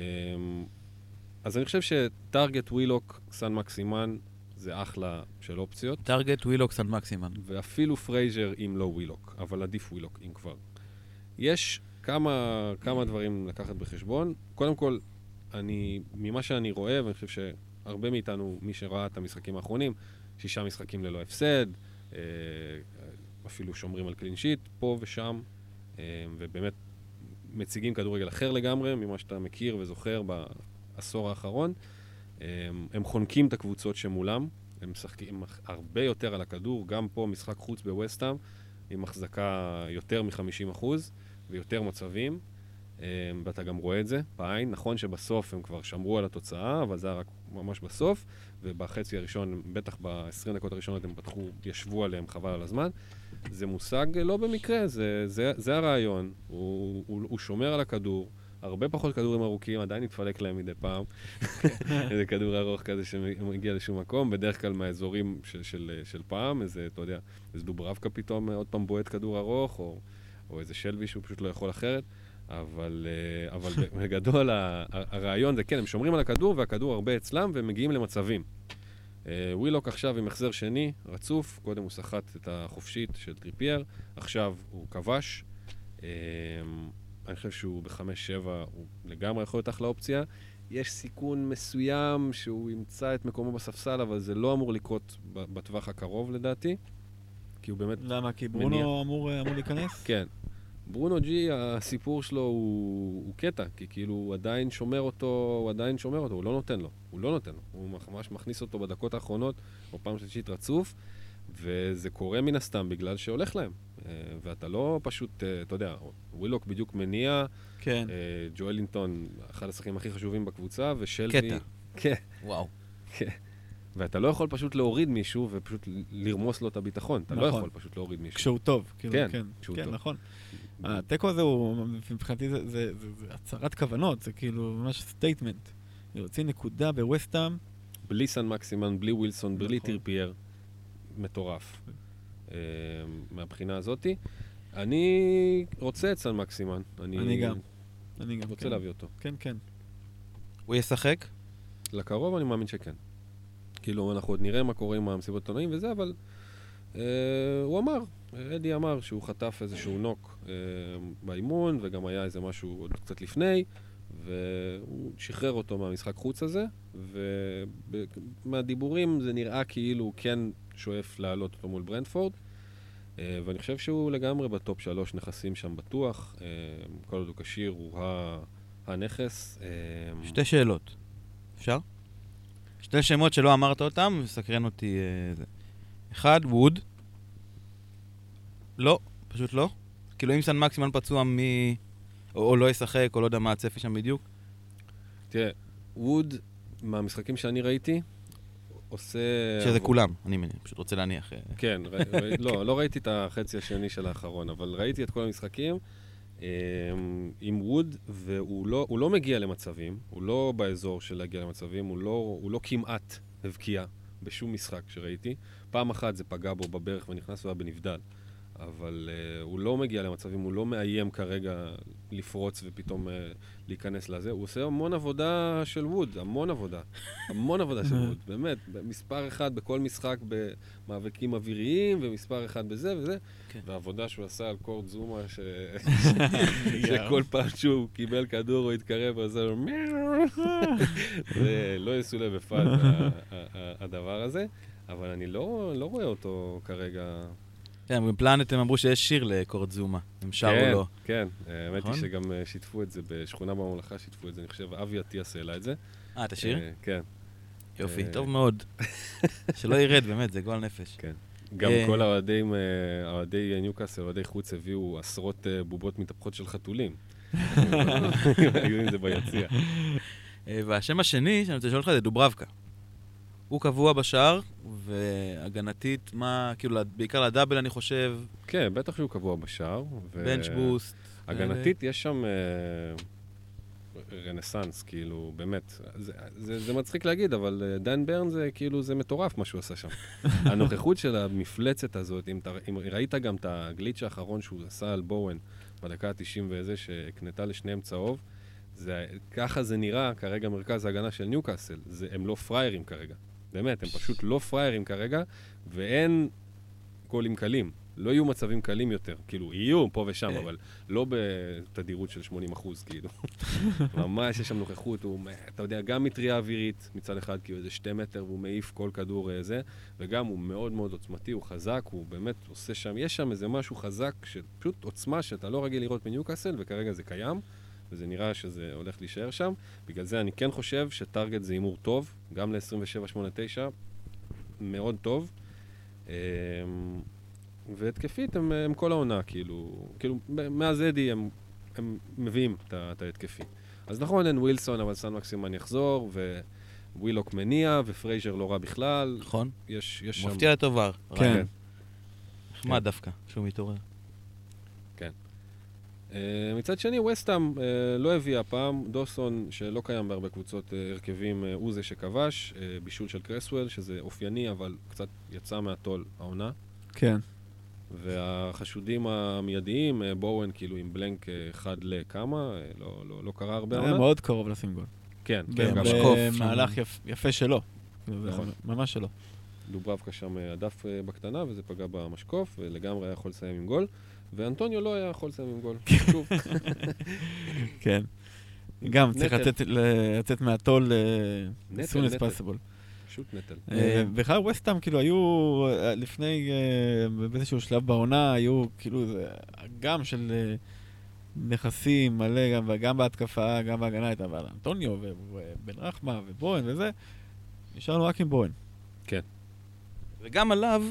אז אני חושב שטארגט, ווילוק, סן מקסימן, זה אחלה של אופציות, טארגט, ווילוק, סן מקסימן. ואפילו פרייזר אם לא ווילוק, אבל עדיף ווילוק אם כבר. יש כמה, כמה דברים לקחת בחשבון. קודם כל, אני, ממה שאני רואה, ואני חושב שהרבה מאיתנו, מי שראה את המשחקים האחרונים, שישה משחקים ללא הפסד, אה, אפילו שומרים על קלין שיט, פה ושם, אה, ובאמת מציגים כדורגל אחר לגמרי, ממה שאתה מכיר וזוכר בעשור האחרון. אה, הם חונקים את הקבוצות שמולם, הם משחקים הרבה יותר על הכדור, גם פה משחק חוץ בווסטהאם, עם החזקה יותר מ-חמישים אחוז ויותר מצבים. ואתה גם רואה את זה בעין. נכון שבסוף הם כבר שמרו על התוצאה, אבל זה היה רק ממש בסוף, ובחצי הראשון, בטח ב-עשרים דקות הראשונות הם פתחו, ישבו עליהם חבל על הזמן. זה מושג לא במקרה, זה, זה, זה הרעיון. הוא, הוא, הוא שומר על הכדור, הרבה פחות כדורים ארוכים, עדיין יתפלק להם מדי פעם. איזה כדור ארוך כזה שמגיע לשום מקום, בדרך כלל מהאזורים של, של, של פעם, איזה, אתה יודע, איזה דוברבקה פתאום עוד פעם בועט כדור ארוך, או, או איזה שלוי שהוא פשוט לא יכול אחרת. אבל, אבל בגדול, הרעיון זה כן, הם שומרים על הכדור, והכדור הרבה אצלם, והם מגיעים למצבים. ווילוק עכשיו עם החזר שני, רצוף, קודם הוא שחט את החופשית של טריפייר, עכשיו הוא כבש. אני חושב שהוא בחמש שבע, הוא לגמרי יכול להיות אחלה אופציה. יש סיכון מסוים שהוא ימצא את מקומו בספסל, אבל זה לא אמור לקרות בטווח הקרוב לדעתי, כי הוא באמת... למה? כי ברונו אמור להיכנס? כן. ברונו ג'י, הסיפור שלו הוא, הוא קטע, כי כאילו הוא עדיין שומר אותו, הוא עדיין שומר אותו, הוא לא נותן לו, הוא לא נותן לו, הוא ממש מכניס אותו בדקות האחרונות, או פעם שלישית רצוף, וזה קורה מן הסתם בגלל שהולך להם, ואתה לא פשוט, אתה יודע, ווילוק בדיוק מניע, כן. ג'ואלינטון, אחד השחקנים הכי חשובים בקבוצה, ושלבי... קטע. כן. וואו. כן. ואתה לא יכול פשוט להוריד מישהו ופשוט לרמוס לו את הביטחון, אתה לא יכול פשוט להוריד מישהו. כשהוא טוב, כאילו, כן, כן, כשהוא כן, טוב. נכון. הטקו הזה הוא, מבחינתי זה, זה, זה, זה הצהרת כוונות, זה כאילו ממש סטייטמנט. להוציא נקודה בווסטהאם. בלי סן מקסימן, בלי ווילסון, בלי נכון. טריפייר, מטורף. אה, מהבחינה הזאתי. אני רוצה את סן מקסימן. אני גם. אני גם, רוצה כן. להביא אותו. כן, כן. הוא ישחק? לקרוב אני מאמין שכן. כאילו, אנחנו עוד נראה מה קורה עם המסיבות עיתונאים וזה, אבל אה, הוא אמר, אדי אמר שהוא חטף איזשהו נוק אה, באימון, וגם היה איזה משהו עוד קצת לפני, והוא שחרר אותו מהמשחק חוץ הזה, ומהדיבורים זה נראה כאילו הוא כן שואף לעלות אותו מול ברנדפורד, אה, ואני חושב שהוא לגמרי בטופ שלוש נכסים שם בטוח, אה, כל עוד הוא כשיר הוא ה- הנכס. אה, שתי שאלות. אפשר? שתי שמות שלא אמרת אותם, וסקרן אותי אה, זה. אחד, ווד. לא, פשוט לא. כאילו אם סן מקסימן פצוע מי... או, או לא ישחק, או לא יודע מה הצפי שם בדיוק. תראה, ווד, מהמשחקים שאני ראיתי, עושה... שזה כולם, אני פשוט רוצה להניח. כן, לא, לא ראיתי את החצי השני של האחרון, אבל ראיתי את כל המשחקים עם ווד, והוא לא מגיע למצבים, הוא לא באזור של להגיע למצבים, הוא לא כמעט הבקיע בשום משחק שראיתי. פעם אחת זה פגע בו בברך ונכנס והיה בנבדל. אבל uh, הוא לא מגיע למצבים, הוא לא מאיים כרגע לפרוץ ופתאום uh, להיכנס לזה. הוא עושה המון עבודה של ווד, המון עבודה. המון עבודה של ווד, באמת. מספר אחד בכל משחק במאבקים אוויריים, ומספר אחד בזה וזה. Okay. והעבודה שהוא עשה על קורד זומה, ש... שכל פעם שהוא קיבל כדור או התקרב, אז זה לא יעשו לב בפעד הדבר הזה. אבל אני לא, לא רואה אותו כרגע... כן, בפלנט הם אמרו שיש שיר לקורד זומה, הם שרו לו. כן, האמת היא שגם שיתפו את זה, בשכונה בממלכה שיתפו את זה, אני חושב, אבי אטיאס העלה את זה. אה, את השיר? כן. יופי, טוב מאוד. שלא ירד, באמת, זה גועל נפש. כן. גם כל האוהדים, האוהדי ניוקאסל, האוהדי חוץ, הביאו עשרות בובות מתהפכות של חתולים. היו עם זה ביציע. והשם השני, שאני רוצה לשאול לך, זה דוברבקה. הוא קבוע בשער, והגנתית, מה, כאילו, בעיקר לדאבל, אני חושב. כן, בטח שהוא קבוע בשער. בנץ' בוסט. הגנתית, יש שם רנסנס, כאילו, באמת. זה מצחיק להגיד, אבל דן ברן זה כאילו, זה מטורף מה שהוא עשה שם. הנוכחות של המפלצת הזאת, אם ראית גם את הגליץ' האחרון שהוא עשה על בואן, בדקה ה-תשעים וזה, שהקנתה לשניהם צהוב, ככה זה נראה כרגע מרכז ההגנה של ניוקאסל. הם לא פריירים כרגע. באמת, הם פשוט לא פריירים כרגע, ואין גולים קלים. לא יהיו מצבים קלים יותר. כאילו, יהיו פה ושם, אבל לא בתדירות של שמונים אחוז, כאילו. ממש יש שם נוכחות, הוא, אתה יודע, גם מטריה אווירית מצד אחד, כאילו איזה שתי מטר, והוא מעיף כל כדור זה, וגם הוא מאוד מאוד עוצמתי, הוא חזק, הוא באמת עושה שם, יש שם איזה משהו חזק, שפשוט עוצמה שאתה לא רגיל לראות בניוקאסל, וכרגע זה קיים. וזה נראה שזה הולך להישאר שם. בגלל זה אני כן חושב שטארגט זה אימור טוב, גם ל-עשרים ושבע שמונה תשע, מאוד טוב. והתקפית הם, הם כל העונה, כאילו, כאילו מאז אדי הם, הם מביאים את ההתקפי. אז נכון, אין ווילסון, אבל סן מקסימן יחזור, ווילוק מניע, ופרייזר לא רע בכלל. נכון. יש, יש שם... מפתיע לטובה. כן. נחמד דווקא, שהוא מתעורר. כן. Uh, מצד שני, ווסטהאם uh, לא הביא הפעם, דוסון שלא קיים בהרבה קבוצות uh, הרכבים, uh, הוא זה שכבש, uh, בישול של קרסוול, שזה אופייני, אבל קצת יצא מהטול העונה. כן. והחשודים המיידיים, uh, בואוין כאילו עם בלנק uh, אחד לכמה, uh, לא, לא, לא קרה הרבה היה העונה. מאוד קרוב לשים גול. כן, כן, גם שקוף. במהלך יפ, יפה שלו. נכון. ממש שלו. דוברבקה שם הדף uh, בקטנה, וזה פגע במשקוף, ולגמרי היה יכול לסיים עם גול. ואנטוניו לא היה יכול לסיים עם גול. שוב. כן. גם צריך לצאת מהטול as soon as possible. פשוט נטל. בכלל ווסטהאם כאילו היו לפני, באיזשהו שלב בעונה, היו כאילו גם של נכסים מלא, גם בהתקפה, גם בהגנה הייתה, אבל אנטוניו ובן רחמה ובוהן וזה, נשארנו רק עם בוהן. כן. וגם עליו,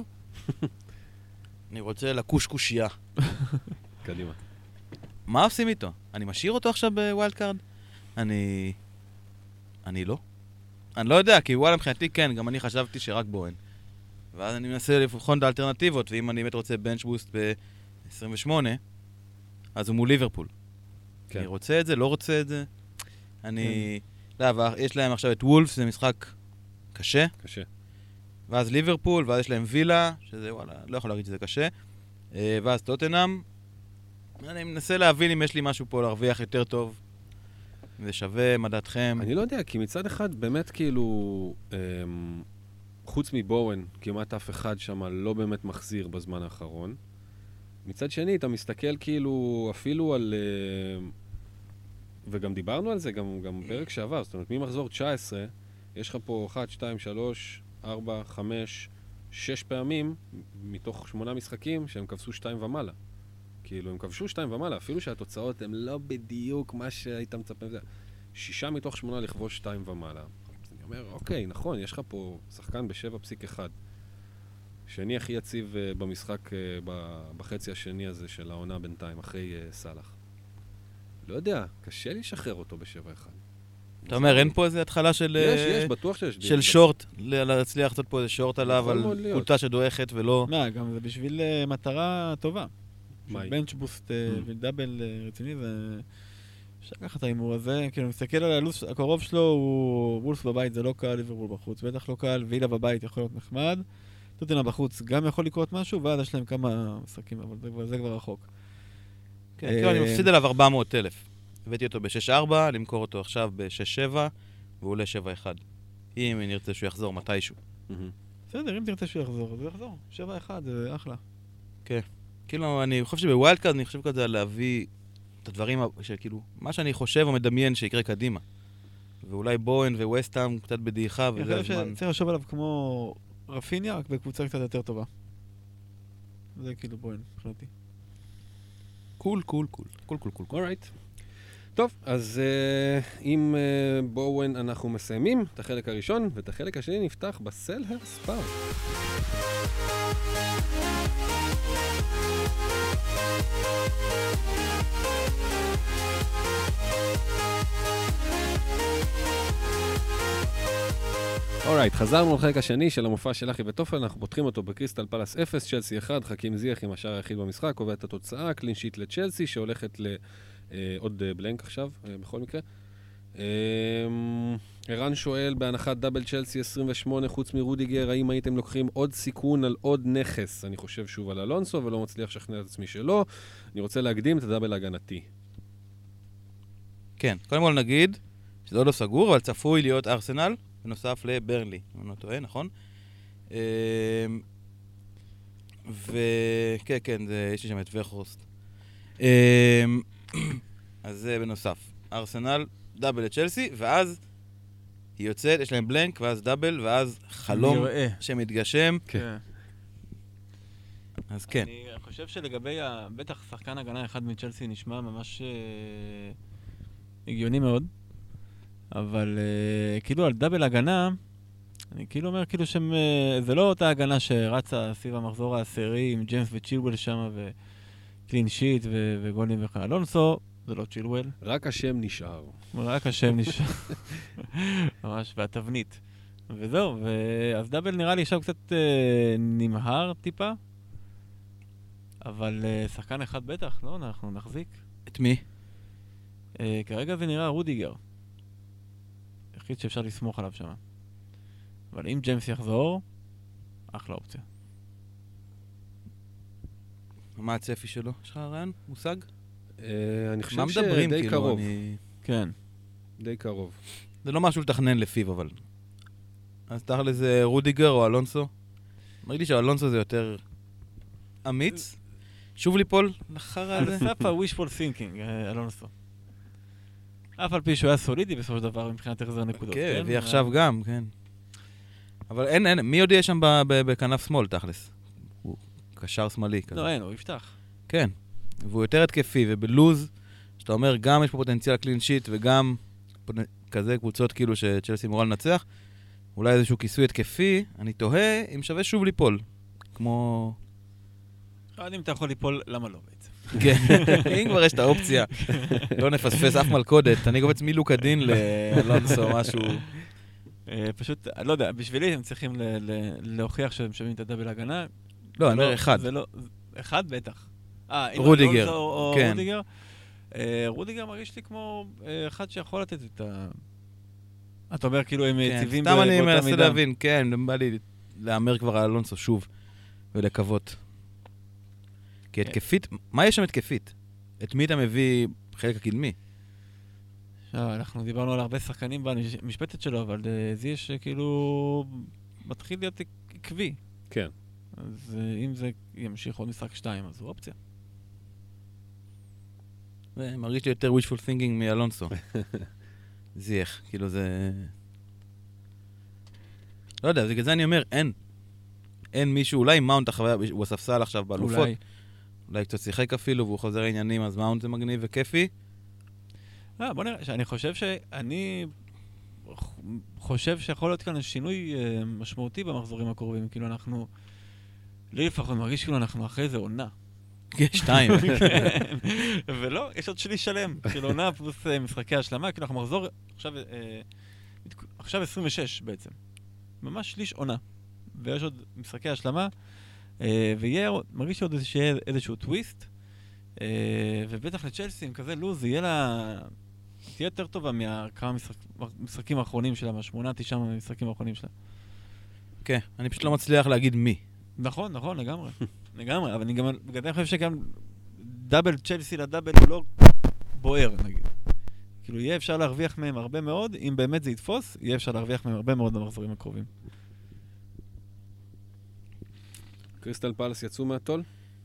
אני רוצה לקוש קושייה. קדימה. מה עושים איתו? אני משאיר אותו עכשיו בווילד קארד? אני... אני לא. אני לא יודע, כי וואלה מבחינתי כן, גם אני חשבתי שרק בוהן. ואז אני מנסה לבחון את האלטרנטיבות, ואם אני באמת רוצה בנץ' בוסט ב-עשרים ושמונה, אז הוא מול ליברפול. כן. אני רוצה את זה, לא רוצה את זה. אני... כן. לא, יש להם עכשיו את וולף, זה משחק קשה. קשה. ואז ליברפול, ואז יש להם וילה, שזה וואלה, לא יכול להגיד שזה קשה. ואז טוטנהאם. אני מנסה להבין אם יש לי משהו פה להרוויח יותר טוב. זה שווה, מדעתכם. אני לא יודע, כי מצד אחד באמת כאילו, אמ, חוץ מבואוין, כמעט אף אחד שם לא באמת מחזיר בזמן האחרון. מצד שני, אתה מסתכל כאילו אפילו על... וגם דיברנו על זה, גם, גם פרק שעבר. זאת אומרת, ממחזור תשע עשרה, יש לך פה אחת, שתיים, שלוש, ארבע, חמש, שש פעמים מתוך שמונה משחקים שהם כבשו שתיים ומעלה. כאילו, הם כבשו שתיים ומעלה, אפילו שהתוצאות הן לא בדיוק מה שהיית מצפה. שישה מתוך שמונה לכבוש שתיים ומעלה. אז אני אומר, אוקיי, נכון, יש לך פה שחקן ב-שבע פסיק אחד. שני הכי יציב uh, במשחק uh, בחצי השני הזה של העונה בינתיים, אחרי uh, סלח. לא יודע, קשה לי לשחרר אותו ב-שבע אחד. אתה אומר, אין פה איזו התחלה של... יש, יש, בטוח שיש. של שורט, להצליח לעשות פה איזה שורט עליו, על קולטה שדועכת ולא... מה, גם זה בשביל מטרה טובה. בנץ' בוסט ודאבל רציני, זה... אפשר לקחת את האימור הזה, כאילו, מסתכל על הלו"ז הקרוב שלו, הוא וולס בבית, זה לא קל, ליברפול בחוץ, בטח לא קל, וילה בבית יכול להיות נחמד, טוטנהאם בחוץ גם יכול לקרות משהו, ואז יש להם כמה משחקים, אבל זה כבר רחוק. כן, כאילו, אני מפסיד עליו ארבע מאות אלף. הבאתי אותו ב-שש ארבע, למכור אותו עכשיו ב-שש שבע, והוא עולה שבע אחד. אם נרצה שהוא יחזור מתישהו. בסדר, אם תרצה שהוא יחזור, אז הוא יחזור. שבע אחד, זה אחלה. כן. כאילו, אני חושב שבווילד קארד, אני חושב כזה להביא את הדברים שכאילו, מה שאני חושב או מדמיין שיקרה קדימה. ואולי בואן וווסטהאם קצת בדעיכה, וזה הזמן. אני חושב שצריך לחשוב עליו כמו רפיניה, רק בקבוצה קצת יותר טובה. זה כאילו בואן, מבחינתי. קול, קול, קול. קול, קול, קול. אורייט. טוב, אז uh, עם uh, בואוין אנחנו מסיימים את החלק הראשון, ואת החלק השני נפתח בסלהרס פארק. אורייט, חזרנו לחלק השני של המופע של אחי וטופל, אנחנו פותחים אותו בקריסטל פלאס אפס, צ'לסי אחד, חכים זיח עם השער היחיד במשחק, קובע את התוצאה, קלין שיט לצ'לסי, שהולכת ל... עוד בלנק עכשיו, בכל מקרה. ערן שואל, בהנחת דאבל צ'לסי עשרים ושמונה, חוץ מרודיגר, האם הייתם לוקחים עוד סיכון על עוד נכס? אני חושב שוב על אלונסו, ולא מצליח לשכנע את עצמי שלא. אני רוצה להקדים את הדאבל ההגנתי. כן, קודם כל נגיד, שזה עוד לא סגור, אבל צפוי להיות ארסנל, בנוסף לברנלי. אני לא טועה, נכון? וכן, כן, יש לי שם את וחרוסט. אז זה בנוסף. ארסנל, דאבל לצ'לסי, ואז היא יוצאת, יש להם בלנק, ואז דאבל, ואז חלום שמתגשם. כן. אז כן. אני חושב שלגבי, בטח שחקן הגנה אחד מצ'לסי נשמע ממש הגיוני מאוד, אבל כאילו על דאבל הגנה, אני כאילו אומר כאילו שהם, זה לא אותה הגנה שרצה סביב המחזור העשירי עם ג'יימס וצ'ילואל שם, וקלין שיט וגולים וכן. אלונסו, זה לא צ'ילואל. רק השם נשאר. רק השם נשאר. ממש, והתבנית. וזהו, אז דאבל נראה לי עכשיו קצת נמהר טיפה, אבל שחקן אחד בטח, לא? אנחנו נחזיק. את מי? כרגע זה נראה רודיגר. יחיד שאפשר לסמוך עליו שם. אבל אם ג'יימס יחזור, אחלה אופציה. מה הצפי שלו? יש לך רעיון? מושג? אני חושב שדי קרוב. כן. די קרוב. זה לא משהו לתכנן לפיו, אבל... אז תאר לזה רודיגר או אלונסו? מרגיש לי שאלונסו זה יותר אמיץ. שוב ליפול לחרא הזה. על סף ה-wishful thinking, אלונסו. אף על פי שהוא היה סולידי בסופו של דבר מבחינת החזר נקודות. כן, ועכשיו גם, כן. אבל אין, אין, מי עוד יש שם בכנף שמאל, תכלס? הוא קשר שמאלי כזה. לא, אין, הוא יפתח. כן, והוא יותר התקפי, ובלוז, שאתה אומר, גם יש פה פוטנציאל קלין שיט, וגם כזה קבוצות כאילו שצ'לסי אמורה לנצח, אולי איזשהו כיסוי התקפי, אני תוהה אם שווה שוב ליפול. כמו... אם אתה יכול ליפול, למה לא בעצם? כן, אם כבר יש את האופציה. לא נפספס אף מלכודת, אני קובץ מלוקדין לאלונסו, משהו... פשוט, לא יודע, בשבילי הם צריכים להוכיח שהם שווים את הדאבל הגנה. לא, אני אומר אחד. אחד בטח. רודיגר, כן. רודיגר. רודיגר מרגיש לי כמו אחד שיכול לתת את ה... אתה אומר כאילו הם יציבים באותה מידה. סתם אני מנסה להבין, כן, בא לי לאמר כבר על אלונסו שוב, ולקוות. כי התקפית, מה יש שם התקפית? את מי אתה מביא חלק הקדמי? אנחנו דיברנו על הרבה שחקנים במשפטת שלו, אבל זה יש כאילו מתחיל להיות עקבי. כן. אז אם זה ימשיך עוד משחק שתיים, אז זו אופציה. מרגיש לי יותר wishful thinking מאלונסו. זיח, כאילו זה... לא יודע, בגלל זה אני אומר, אין. אין מישהו, אולי מאונט החוויה, הוא הספסל עכשיו באלופות. אולי. אולי קצת שיחק אפילו, והוא חוזר לעניינים, אז מאונט זה מגניב וכיפי. לא, בוא נראה, אני חושב שאני חושב שיכול להיות כאן שינוי משמעותי במחזורים הקרובים, כאילו אנחנו, לי לפחות מרגיש כאילו אנחנו אחרי זה עונה. כן, שתיים. ולא, יש עוד שליש שלם, של עונה פלוס משחקי השלמה, כאילו אנחנו מחזור עכשיו, עכשיו עשרים ושש בעצם. ממש שליש עונה. ויש עוד משחקי השלמה, ויהיה, מרגיש עוד שיהיה איזשהו טוויסט, ובטח לצ'לסי, עם כזה לוז, יהיה לה... תהיה יותר טובה מכמה משחקים האחרונים שלה, מהשמונה, תשעה משחקים האחרונים שלה. כן, אני פשוט לא מצליח להגיד מי. נכון, נכון, לגמרי. לגמרי, אבל אני גם, בגלל זה חושב שגם דאבל צ'לסי לדאבל הוא לא בוער, נגיד. כאילו, יהיה אפשר להרוויח מהם הרבה מאוד, אם באמת זה יתפוס, יהיה אפשר להרוויח מהם הרבה מאוד במחזורים הקרובים. קריסטל פלאס יצאו מהטול?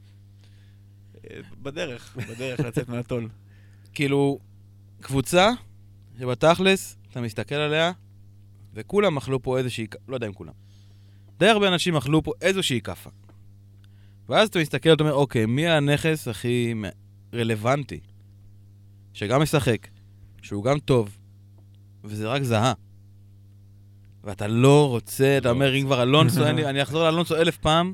בדרך, בדרך לצאת מהטול. כאילו, קבוצה שבתכלס, אתה מסתכל עליה, וכולם אכלו פה איזושהי, לא יודע אם כולם. די הרבה אנשים אכלו פה איזושהי קפה. ואז אתה מסתכל, אתה אומר, אוקיי, מי הנכס הכי רלוונטי? שגם משחק, שהוא גם טוב, וזה רק זהה. ואתה לא רוצה, אתה אומר, אם כבר אלונסו, אני אחזור לאלונסו אלף פעם,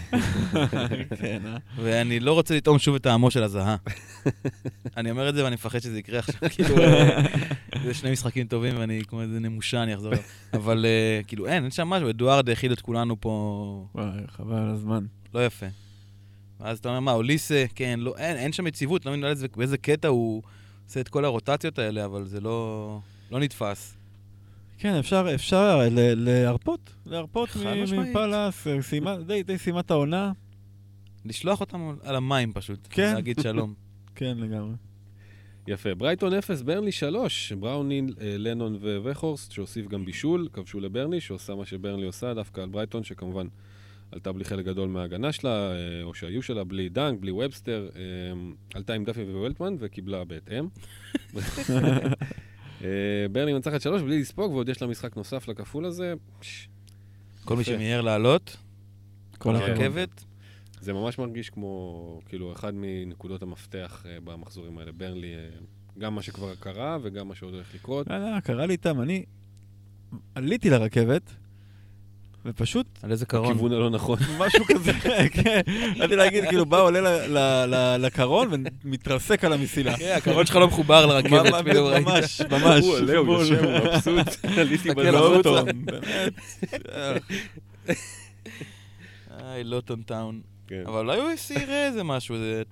ואני לא רוצה לטעום שוב את העמו של הזהה. אני אומר את זה ואני מפחד שזה יקרה עכשיו, כאילו, זה שני משחקים טובים ואני כמו איזה נמושה, אני אחזור. אבל כאילו, אין, אין שם משהו, אדוארד הכיל את כולנו פה... וואי, חבל על הזמן. לא יפה. ואז אתה אומר, מה, אוליסה, כן, לא, אין, אין שם יציבות, לא מבין באיזה קטע הוא עושה את כל הרוטציות האלה, אבל זה לא, לא נתפס. כן, אפשר, אפשר להרפות, להרפות מפלאס, די סיימה את העונה. לשלוח אותם על המים פשוט, כן. להגיד שלום. כן, לגמרי. יפה, ברייטון אפס, ברנלי שלוש, בראונין, לנון וויחורסט, שהוסיף גם בישול, כבשו לברנלי, שעושה מה שברנלי עושה, דווקא על ברייטון, שכמובן עלתה בלי חלק גדול מההגנה שלה, או שהיו שלה בלי דנק, בלי ובסטר, עלתה עם דפי ווולטמן וקיבלה בהתאם. ברני מנצחת שלוש בלי לספוג, ועוד יש לה משחק נוסף לכפול הזה. כל מי שמייער לעלות, כל הרכבת. זה ממש מרגיש כמו, כאילו, אחד מנקודות המפתח במחזורים האלה. ברנלי, גם מה שכבר קרה וגם מה שעוד הולך לקרות. לא, לא, קרה לי איתם. אני עליתי לרכבת, ופשוט... על איזה קרון? הכיוון הלא נכון. משהו כזה, כן. רציתי להגיד, כאילו, בא עולה לקרון ומתרסק על המסילה. כן, הקרון שלך לא מחובר לרכבת. ממש, ממש. הוא עולה, הוא יושב, הוא מבסוט. עליתי בלוטון, באמת. איי, לוטון טאון. אבל לא היו סירה איזה משהו, זה...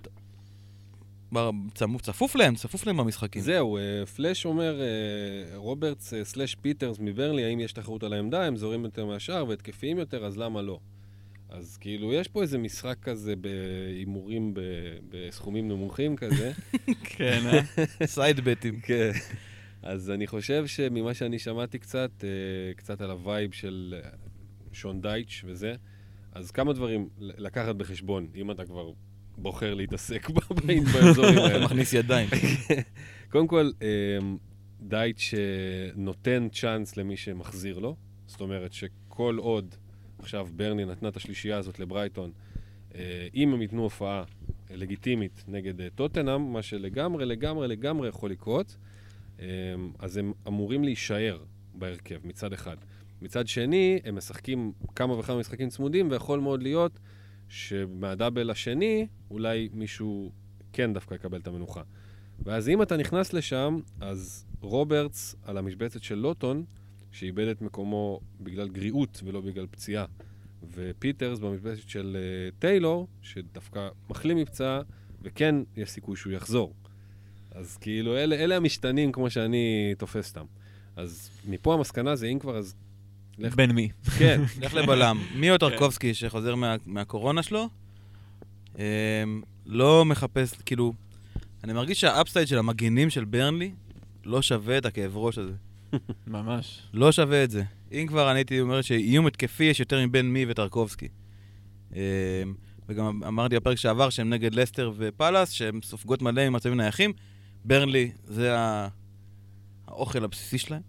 צפוף להם, צפוף להם במשחקים. זהו, פלש אומר, רוברטס סלש פיטרס מברלי, האם יש תחרות על העמדה, הם זורים יותר מהשאר והתקפיים יותר, אז למה לא? אז כאילו, יש פה איזה משחק כזה באימורים בסכומים נמוכים כזה. כן, אה? סייד בטים. כן. אז אני חושב שממה שאני שמעתי קצת, קצת על הווייב של שון דייץ' וזה, אז כמה דברים לקחת בחשבון, אם אתה כבר... בוחר להתעסק באזורים האלה. מכניס ידיים. קודם כל, דייץ' נותן צ'אנס למי שמחזיר לו. זאת אומרת שכל עוד, עכשיו ברני נתנה את השלישייה הזאת לברייטון, אם הם ייתנו הופעה לגיטימית נגד טוטנהאם, מה שלגמרי, לגמרי, לגמרי יכול לקרות, אז הם אמורים להישאר בהרכב מצד אחד. מצד שני, הם משחקים כמה וכמה משחקים צמודים, ויכול מאוד להיות שמהדאבל השני, אולי מישהו כן דווקא יקבל את המנוחה. ואז אם אתה נכנס לשם, אז רוברטס על המשבצת של לוטון, שאיבד את מקומו בגלל גריעות ולא בגלל פציעה, ופיטרס במשבצת של uh, טיילור, שדווקא מחלים מפצעה, וכן יש סיכוי שהוא יחזור. אז כאילו, אלה, אלה המשתנים כמו שאני תופס אותם. אז מפה המסקנה זה אם כבר, אז... לך... בין מי? כן. לך לבלם. מי או טרקובסקי שחוזר מה, מהקורונה שלו? לא מחפש, כאילו... אני מרגיש שהאפסייד של המגינים של ברנלי לא שווה את הכאב ראש הזה. ממש. לא שווה את זה. אם כבר אני הייתי אומר שאיום התקפי יש יותר מבין מי וטרקובסקי. וגם אמרתי בפרק שעבר שהם נגד לסטר ופלאס, שהם סופגות מלא עם מצבים נייחים. ברנלי זה האוכל הבסיסי שלהם.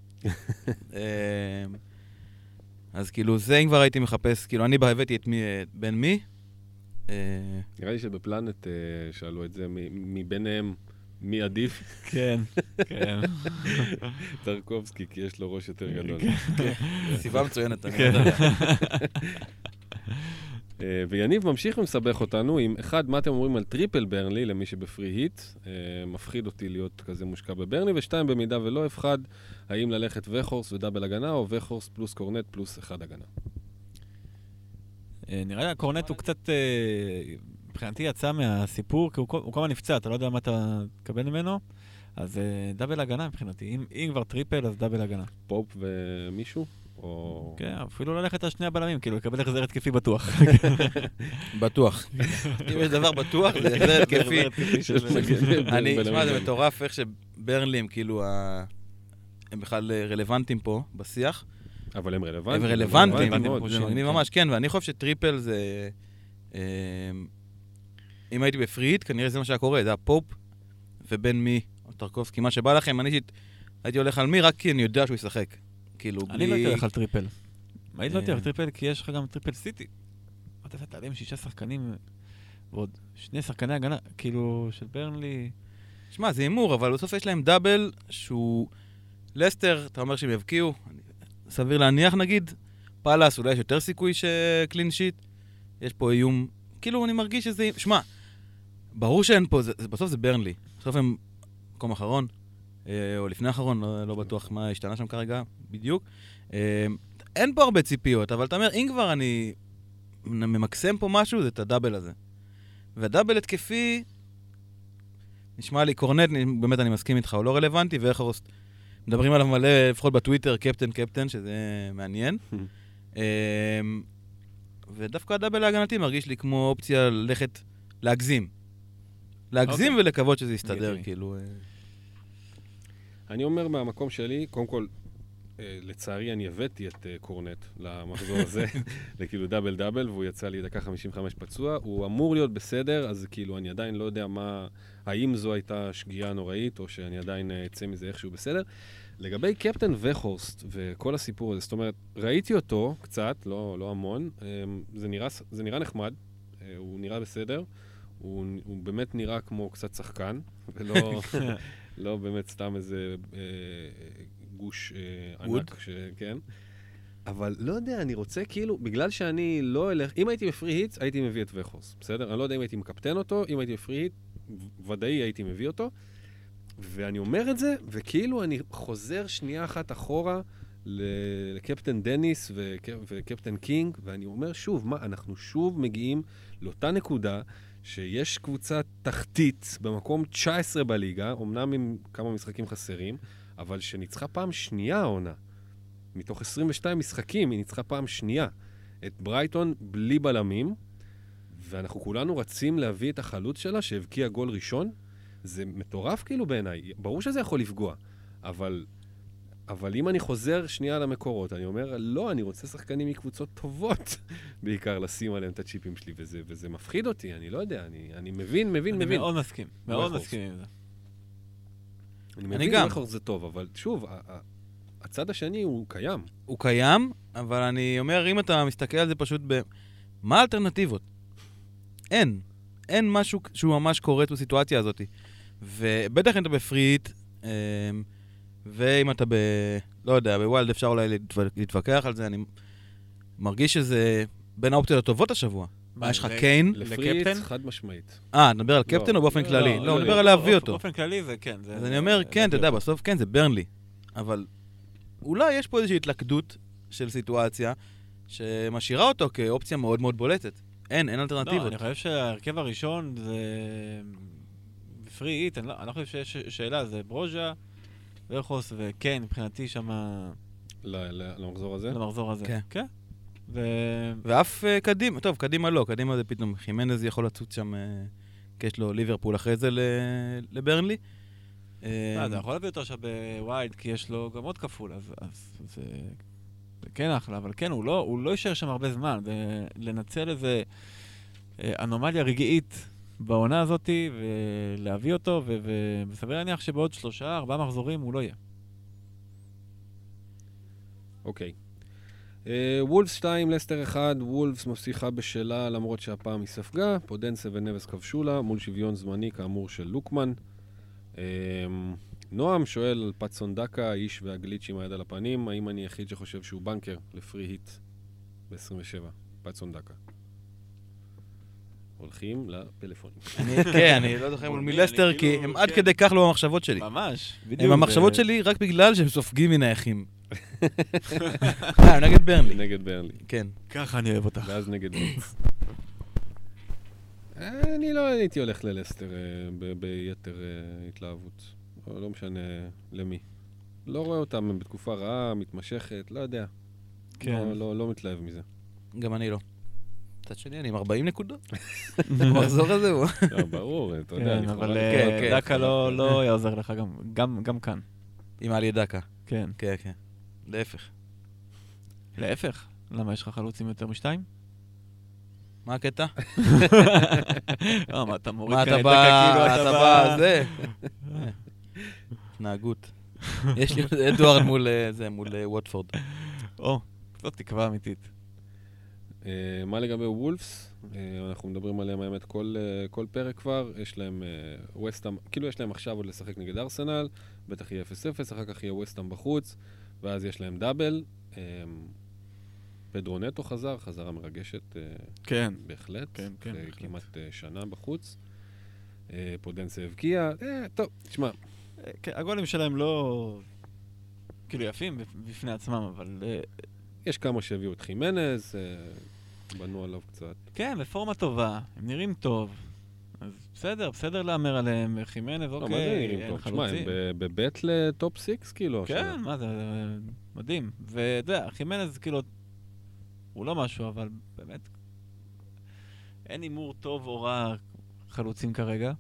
אז כאילו זה אם כבר הייתי מחפש, כאילו אני בהבאתי את מי, בין מי. נראה לי שבפלנט שאלו את זה, מביניהם מי עדיף? כן, כן. טרקובסקי, כי יש לו ראש יותר גדול. סיבה מצוינת. ויניב ממשיך ומסבך אותנו עם אחד, מה אתם אומרים על טריפל ברנלי, למי שבפרי היט, מפחיד אותי להיות כזה מושקע בברנלי, ושתיים, במידה ולא אחד, האם ללכת וחורס ודאבל הגנה, או וחורס פלוס קורנט פלוס אחד הגנה. נראה לי הקורנט הוא קצת, מבחינתי יצא מהסיפור, כי הוא כל הזמן נפצע, אתה לא יודע מה אתה תקבל ממנו, אז דאבל הגנה מבחינתי. אם, אם כבר טריפל, אז דאבל הגנה. פופ ומישהו? או... כן, אפילו ללכת על שני הבלמים, כאילו, לקבל החזר התקפי בטוח. בטוח. אם יש דבר בטוח, זה החזר התקפי. אני, תשמע, זה מטורף איך שברנלי הם כאילו, הם בכלל רלוונטיים פה, בשיח. אבל הם רלוונטיים. הם רלוונטיים, זה מגניב ממש, כן, ואני חושב שטריפל זה... אם הייתי בפריט, כנראה זה מה שהיה קורה, זה היה פופ ובן מי, או טרקובסקי, מה שבא לכם, אני הייתי הולך על מי, רק כי אני יודע שהוא ישחק. אני לא הייתי הולך על טריפל. הייתי לא הייתי הולך על טריפל, כי יש לך גם טריפל סיטי. אתה תעלה עם שישה שחקנים, ועוד שני שחקני הגנה, כאילו, של ברנלי. שמע, זה אימור, אבל בסוף יש להם דאבל שהוא... לסטר, אתה אומר שהם יבקיעו, סביר להניח נגיד, פלאס, אולי יש יותר סיכוי שקלין שיט, יש פה איום, כאילו אני מרגיש שזה... שמע, ברור שאין פה, זה, בסוף זה ברנלי. בסוף הם מקום אחרון, או לפני האחרון, לא, לא בטוח מה השתנה שם כרגע, בדיוק. אין פה הרבה ציפיות, אבל אתה אומר, אם כבר אני ממקסם פה משהו, זה את הדאבל הזה. והדאבל התקפי, נשמע לי קורנט, באמת אני מסכים איתך, הוא לא רלוונטי, ואיכורסט, מדברים עליו מלא, לפחות בטוויטר, קפטן, קפטן, שזה מעניין. ודווקא הדאבל ההגנתי מרגיש לי כמו אופציה ללכת להגזים. להגזים ולקוות שזה יסתדר, כאילו... אני אומר מהמקום שלי, קודם כל, לצערי אני הבאתי את קורנט למחזור הזה, לכאילו דאבל דאבל, והוא יצא לי דקה חמישים וחמש פצוע. הוא אמור להיות בסדר, אז כאילו אני עדיין לא יודע מה, האם זו הייתה שגיאה נוראית, או שאני עדיין אצא מזה איכשהו בסדר. לגבי קפטן וחורסט וכל הסיפור הזה, זאת אומרת, ראיתי אותו קצת, לא, לא המון, זה נראה, זה נראה נחמד, הוא נראה בסדר, הוא, הוא באמת נראה כמו קצת שחקן, ולא לא באמת סתם איזה אה, גוש אה, ענק, ש, כן. אבל לא יודע, אני רוצה כאילו, בגלל שאני לא אלך, אם הייתי בפרי היט, הייתי מביא את וחורסט, בסדר? אני לא יודע אם הייתי מקפטן אותו, אם הייתי בפרי היט, ודאי הייתי מביא אותו, ואני אומר את זה, וכאילו אני חוזר שנייה אחת אחורה לקפטן דניס וקפטן קינג, ואני אומר שוב, מה, אנחנו שוב מגיעים לאותה נקודה, שיש קבוצה תחתית במקום תשע עשרה בליגה, אמנם עם כמה משחקים חסרים, אבל שניצחה פעם שנייה העונה. מתוך עשרים ושתיים משחקים היא ניצחה פעם שנייה. את ברייטון בלי בלמים, ואנחנו כולנו רצים להביא את החלוץ שלה שהבקיע גול ראשון. זה מטורף כאילו בעיניי. ברור שזה יכול לפגוע, אבל, אבל אם אני חוזר שנייה למקורות, אני אומר, לא, אני רוצה שחקנים מקבוצות טובות, בעיקר לשים עליהם את הצ'יפים שלי, וזה, וזה מפחיד אותי, אני לא יודע, אני, אני מבין, מבין, אני מבין. מאוד מסכים, מאוד מסכים עם זה. אני מבין איך זה טוב, אבל שוב, הצד השני הוא קיים. הוא קיים, אבל אני אומר, אם אתה מסתכל על זה פשוט ב... מה האלטרנטיבות? אין. אין משהו שהוא ממש קורט בסיטואציה הזאת. ובטח אם אתה בפריט, ואם אתה ב... לא יודע, בווילד אפשר אולי להתווכח על זה, אני מרגיש שזה בין האופציות הטובות השבוע. מה, יש לך קיין? לפריט, חד משמעית. אה, נדבר על קפטן או באופן כללי? לא, נדבר על להביא אותו. באופן כללי זה כן. אז אני אומר, כן, אתה יודע, בסוף כן, זה ברנלי. אבל אולי יש פה איזושהי התלכדות של סיטואציה שמשאירה אותו כאופציה מאוד מאוד בולטת. אין, אין אלטרנטיבות. לא, אני חושב שהרכב הראשון זה... בפרי איט, אני לא חושב שיש שאלה, זה ברוז'ה, וחוס וקיין, מבחינתי שמה... למחזור הזה? למחזור הזה. כן. ואף קדימה, טוב, קדימה לא, קדימה זה פתאום, חימנז יכול לצוץ שם, כי יש לו ליברפול אחרי זה לברנלי. אתה יכול להביא אותו עכשיו בווילד, כי יש לו גם עוד כפול, אז זה כן אחלה, אבל כן, הוא לא יישאר שם הרבה זמן, ולנצל איזה אנומליה רגעית בעונה הזאת, ולהביא אותו, וסביר להניח שבעוד שלושה, ארבעה מחזורים הוא לא יהיה. אוקיי. וולפס שתיים, לסטר אחד, וולפס מבטיחה בשלה למרות שהפעם היא ספגה, פודנסה ונבס כבשו לה, מול שוויון זמני כאמור של לוקמן. נועם שואל על פאצון דקה, האיש והגליץ' עם היד על הפנים, האם אני היחיד שחושב שהוא בנקר לפרי היט ב-עשרים ושבע, פאצון דקה? הולכים לפלאפונים. כן, אני לא זוכר מול מי לסטר, כי הם עד כדי כך לא המחשבות שלי. ממש, בדיוק. הם המחשבות שלי רק בגלל שהם סופגים מנייחים. אה, נגד ברנלי. נגד ברנלי. כן. ככה אני אוהב אותך. ואז נגד לידס. אני לא הייתי הולך ללסטר ביתר התלהבות. לא משנה למי. לא רואה אותם, הם בתקופה רעה, מתמשכת, לא יודע. לא מתלהב מזה. גם אני לא. קצת שני, אני עם ארבעים נקודות. המחזור הזה הוא. ברור, אתה יודע. אבל דקה לא יעזר לך גם כאן. עם עלי דקה. כן. כן, כן. להפך. להפך? למה, יש לך חלוצים יותר משתיים? מה הקטע? לא, מה, אתה מוריד מה כאן את אתה דקה, כאילו בא, אתה בא, זה. התנהגות. יש לי אדוארד מול זה, מול ווטפורד. או, זאת תקווה אמיתית. מה לגבי וולפס? אנחנו מדברים עליהם האמת כל פרק כבר, יש להם ווסטהאם, כאילו יש להם עכשיו עוד לשחק נגד ארסנל, בטח יהיה אפס אפס, אחר כך יהיה ווסטהאם בחוץ, ואז יש להם דאבל. פדרו נטו חזר, חזרה מרגשת בהחלט, כמעט שנה בחוץ. פודנסה הבקיע, טוב, תשמע. הגולים שלהם לא כאילו יפים בפני עצמם, אבל יש כמה שהביאו את חימנז, בנו עליו קצת. כן, בפורמה טובה, הם נראים טוב. אז בסדר, בסדר לאמר עליהם, חימנז, אוקיי, לא, מה זה נראים טוב? תשמע, הם בבית לטופ סיקס, כאילו. כן, מה זה, מדהים. ואתה יודע, חימנז, כאילו, הוא לא משהו, אבל באמת, אין אימור טוב או רע חלוצים כרגע.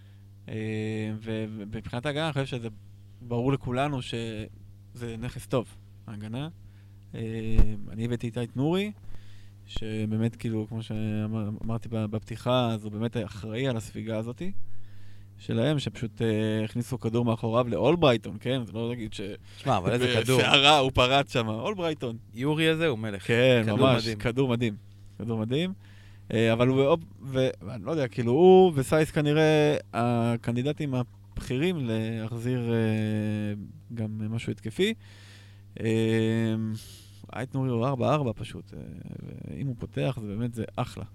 ובבחינת ההגנה, אני חושב שזה ברור לכולנו שזה נכס טוב, ההגנה. אני הבאתי איתה את נורי, שבאמת כאילו, כמו שאמרתי בפתיחה, אז הוא באמת אחראי על הספיגה הזאת שלהם, שפשוט הכניסו כדור מאחוריו לאולברייטון, כן? זה לא להגיד ש... שמע, אבל איזה כדור. בשערה הוא פרץ שם, אולברייטון. יורי הזה הוא מלך. כן, ממש, כדור מדהים. כדור מדהים. אבל הוא, ואני לא יודע, כאילו הוא וסייס כנראה הקנדידטים הבכירים להחזיר גם משהו התקפי. אייט נורי הוא ארבע ארבע פשוט, ואם הוא פותח זה באמת זה אחלה.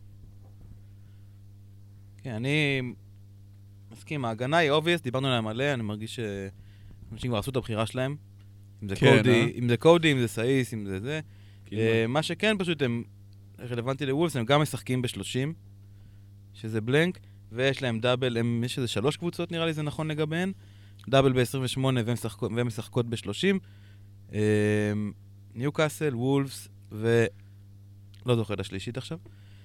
כן, אני מסכים, ההגנה היא obvious, דיברנו עליה מלא, אני מרגיש שאנשים כבר עשו את הבחירה שלהם. אם זה קודי, אם זה קודי, אם זה סייס, אם זה זה. מה שכן פשוט הם רלוונטי לוולפס, הם גם משחקים ב-שלושים, שזה בלנק, ויש להם דאבל, הם, יש איזה שלוש קבוצות נראה לי זה נכון לגביהן, דאבל ב-עשרים ושמונה והם משחקות ב-שלושים, ניוקאסל, וולפס, ולא זוכר את השלישית עכשיו,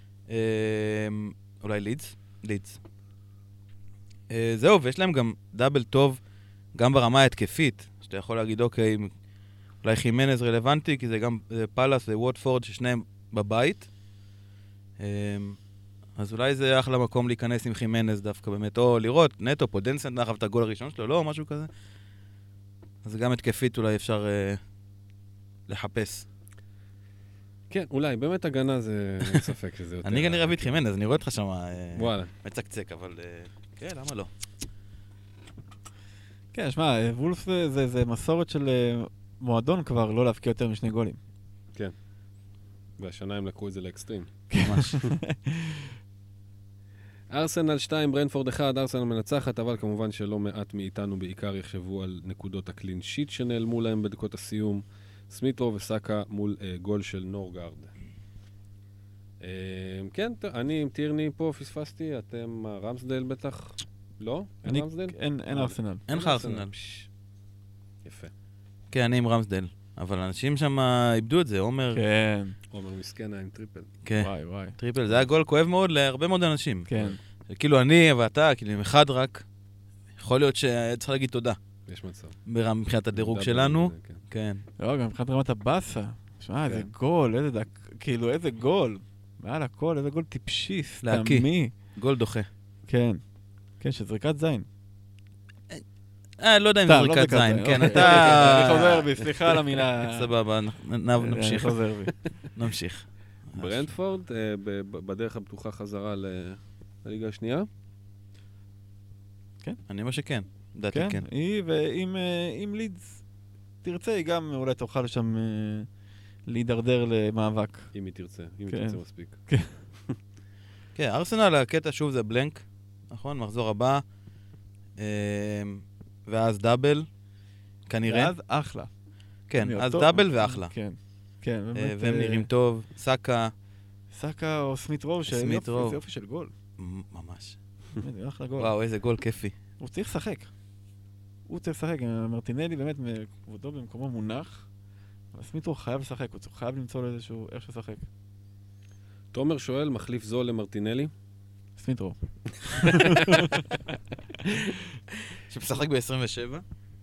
אולי לידס, לידס. זהו, ויש להם גם דאבל טוב, גם ברמה ההתקפית, שאתה יכול להגיד, אוקיי, אולי חימנז רלוונטי, כי זה גם פלאס וווטפורד, ששניהם בבית. אז אולי זה אחלה מקום להיכנס עם חימנז דווקא באמת, או לראות, נטו, פודנסנט נחב את הגול הראשון שלו, לא, משהו כזה. אז גם התקפית אולי אפשר אה, לחפש. כן, אולי, באמת הגנה זה אין ספק שזה יותר... אני גם נראה את חימנז, אני רואה אותך שם וואלה. מצקצק, אבל כן, למה לא? כן, שמע, וולף זה, זה, זה מסורת של מועדון כבר, לא להפקיע יותר משני גולים. כן. והשנה הם לקחו את זה לאקסטרים. ממש. ארסנל שתיים, ברנפורד אחד, ארסנל מנצחת, אבל כמובן שלא מעט מאיתנו בעיקר יחשבו על נקודות הקלין שיט שנעלמו להם בדקות הסיום. סמית'רו וסאקה מול uh, גול של נורגארד. Uh, כן, ת, אני עם טירני פה פספסתי, אתם uh, רמסדייל בטח? לא? אין רמסדייל? אין, אין ארסנל. אין לך ארסנל. יפה. כן, אני עם רמסדייל. אבל אנשים שם איבדו את זה, עומר... כן. עומר מסכן עם טריפל. כן. וואי, וואי. טריפל, זה היה גול כואב מאוד להרבה מאוד אנשים. כן. כאילו אני ואתה, כאילו עם אחד רק, יכול להיות שצריך להגיד תודה. יש מצב. מבחינת הדירוג שלנו. כן. לא, גם מבחינת רמת הבאסה. שמע, איזה גול, איזה דק... כאילו, איזה גול. מעל הכל, איזה גול טיפשי, סתמי. גול דוחה. כן. כן, שזריקת זין. אה, לא יודע אם זריקת זין, כן, אתה... אני חוזר בי, סליחה על המילה. סבבה, נמשיך. אני חוזר בי. נמשיך. ברנטפורד, בדרך הפתוחה חזרה לליגה השנייה? כן, אני אומר שכן. דעתי כן. כן, היא, ואם לידס תרצה, היא גם אולי תוכל שם להידרדר למאבק. אם היא תרצה, אם היא תרצה מספיק. כן. כן, ארסנל, הקטע שוב זה בלנק, נכון? מחזור הבא, ואז דאבל, כנראה. ואז אחלה. כן, אז דאבל ואחלה. כן, כן, באמת. והם נראים טוב, סאקה. סאקה או סמית רוב, סמית רוב. זה יופי של גול. ממש. זה אחלה גול. וואו, איזה גול כיפי. הוא צריך לשחק. הוא צריך לשחק. מרטינלי באמת, כבודו במקומו מונח, אבל סמית רוב חייב לשחק, הוא חייב למצוא לו איזשהו איך לשחק. תומר שואל, מחליף זול למרטינלי? סמית רוב. שמשחק ב-עשרים ושבע?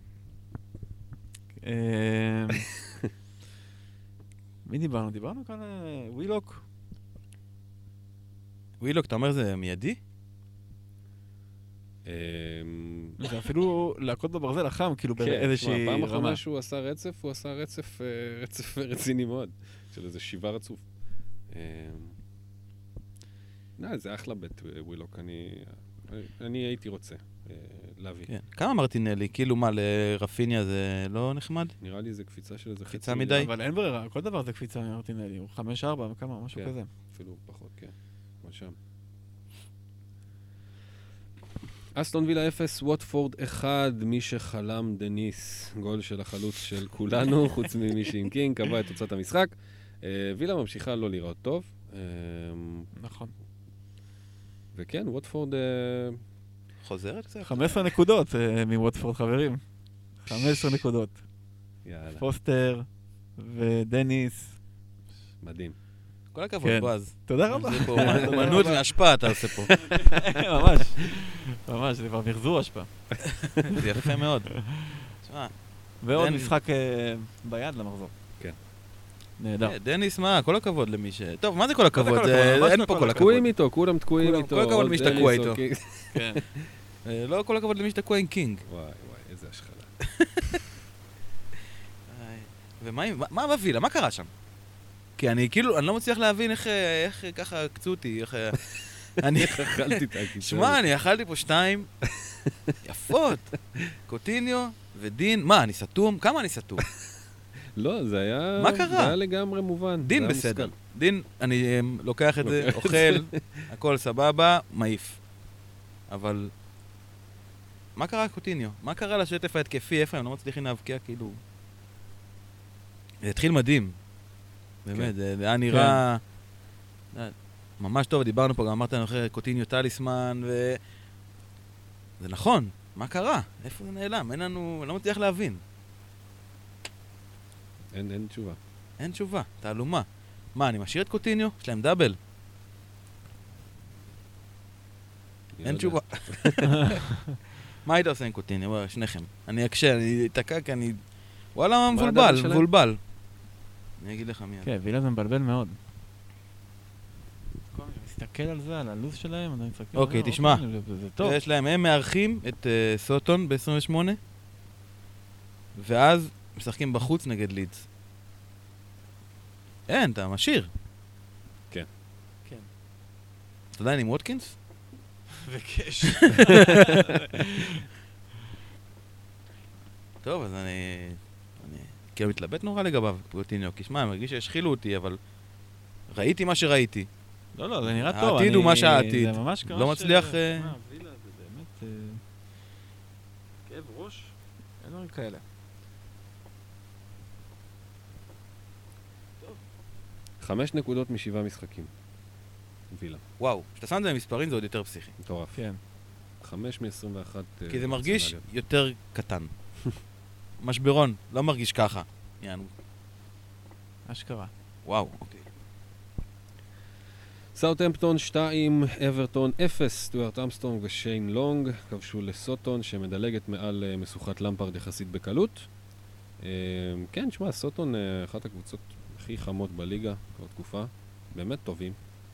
מי דיברנו? דיברנו כאן ווילוק. ווילוק, אתה אומר זה מיידי? זה אפילו להכות בברזל החם, כאילו באיזושהי רמה. פעם אחרונה שהוא עשה רצף, הוא עשה רצף רצף רציני מאוד, של איזה שבעה רצוף. זה אחלה בית ווילוק, אני הייתי רוצה להביא. כמה מרטינלי? כאילו מה, לרפיניה זה לא נחמד? נראה לי זה קפיצה של איזה קפיצה מדי. אבל אין ברירה, כל דבר זה קפיצה מרטינלי, הוא חמש ארבע, כמה, משהו כזה. אפילו פחות, כן. מה שם. אסטון וילה אפס, ווטפורד אחד, מי שחלם דניס, גול של החלוץ של כולנו, חוץ ממי שעם קינג, קבע את תוצאת המשחק. וילה ממשיכה לא לראות טוב. נכון. וכן, ווטפורד... חוזרת קצת? חמש עשרה נקודות מווטפורד, חברים. חמש עשרה נקודות. יאללה. פוסטר ודניס. מדהים. כל הכבוד, בועז. תודה רבה. זה פה מנות והשפעה אתה עושה פה. ממש. ממש, זה כבר מחזור השפעה. זה יפה מאוד. ועוד משחק ביד למחזור. כן. נהדר. דניס, מה? כל הכבוד למי ש... טוב, מה זה כל הכבוד? אין פה כל הכבוד. תקועים איתו, כולם תקועים איתו. כל הכבוד למי שתקוע איתו. כן. לא כל הכבוד למי שתקוע עם קינג. וואי, וואי, איזה השחלה. ומה בווילה? מה קרה שם? כי אני כאילו, אני לא מצליח להבין איך ככה קצו אותי, איך... אני אכלתי את הקיצור. שמע, אני אכלתי פה שתיים יפות. קוטיניו ודין. מה, אני סתום? כמה אני סתום? לא, זה היה... מה קרה? זה היה לגמרי מובן. דין בסדר. דין, אני לוקח את זה, אוכל, הכל סבבה, מעיף. אבל... מה קרה קוטיניו? מה קרה לשטף ההתקפי? איפה הם לא מצליחים להבקיע, כאילו... זה התחיל מדהים. באמת, זה היה נראה... ממש טוב, דיברנו פה, גם אמרת לנו אחרי קוטיניו טליסמן, ו... זה נכון, מה קרה? איפה זה נעלם? אין לנו... אני לא מצליח להבין. אין, אין תשובה. אין תשובה, תעלומה. מה, אני משאיר את קוטיניו? יש להם דאבל. אין תשובה. מה היית עושה עם קוטיניו? שניכם. אני אקשה, אני אתקע כי אני... וואלה, מבולבל, מבולבל. אני אגיד לך מיד. כן, וילה זה מבלבל מאוד. אני מסתכל על זה, על הלו"ז שלהם, אני מסתכל... אוקיי, תשמע. זה טוב. יש להם, הם מארחים את סוטון ב-עשרים ושמונה, ואז משחקים בחוץ נגד לידס. אין, אתה משאיר. כן. כן. אתה עדיין עם ווטקינס? וקש. טוב, אז אני... אני כאילו מתלבט נורא לגביו, קוטיניו, כי שמע, אני מרגיש שהשחילו אותי, אבל ראיתי מה שראיתי. לא, לא, זה נראה טוב. העתיד הוא מה שהעתיד. זה ממש קרה לא מצליח... מה, וילה זה באמת... כאב ראש? אין דברים כאלה. חמש נקודות משבעה משחקים. וילה. וואו, כשאתה שם את זה במספרים זה עוד יותר פסיכי. מטורף. כן. חמש מ-עשרים ואחת... כי זה מרגיש יותר קטן. משברון, לא מרגיש ככה. יענו. אשכרה. וואו, אוקיי. סאות'המפטון שתיים, אברטון אפס, סטוארט אמסטרונג ושיין לונג כבשו לסוטון שמדלגת מעל משוחת למפרד יחסית בקלות. כן, שמע, סוטון אחת הקבוצות הכי חמות בליגה כבר תקופה, באמת טובים.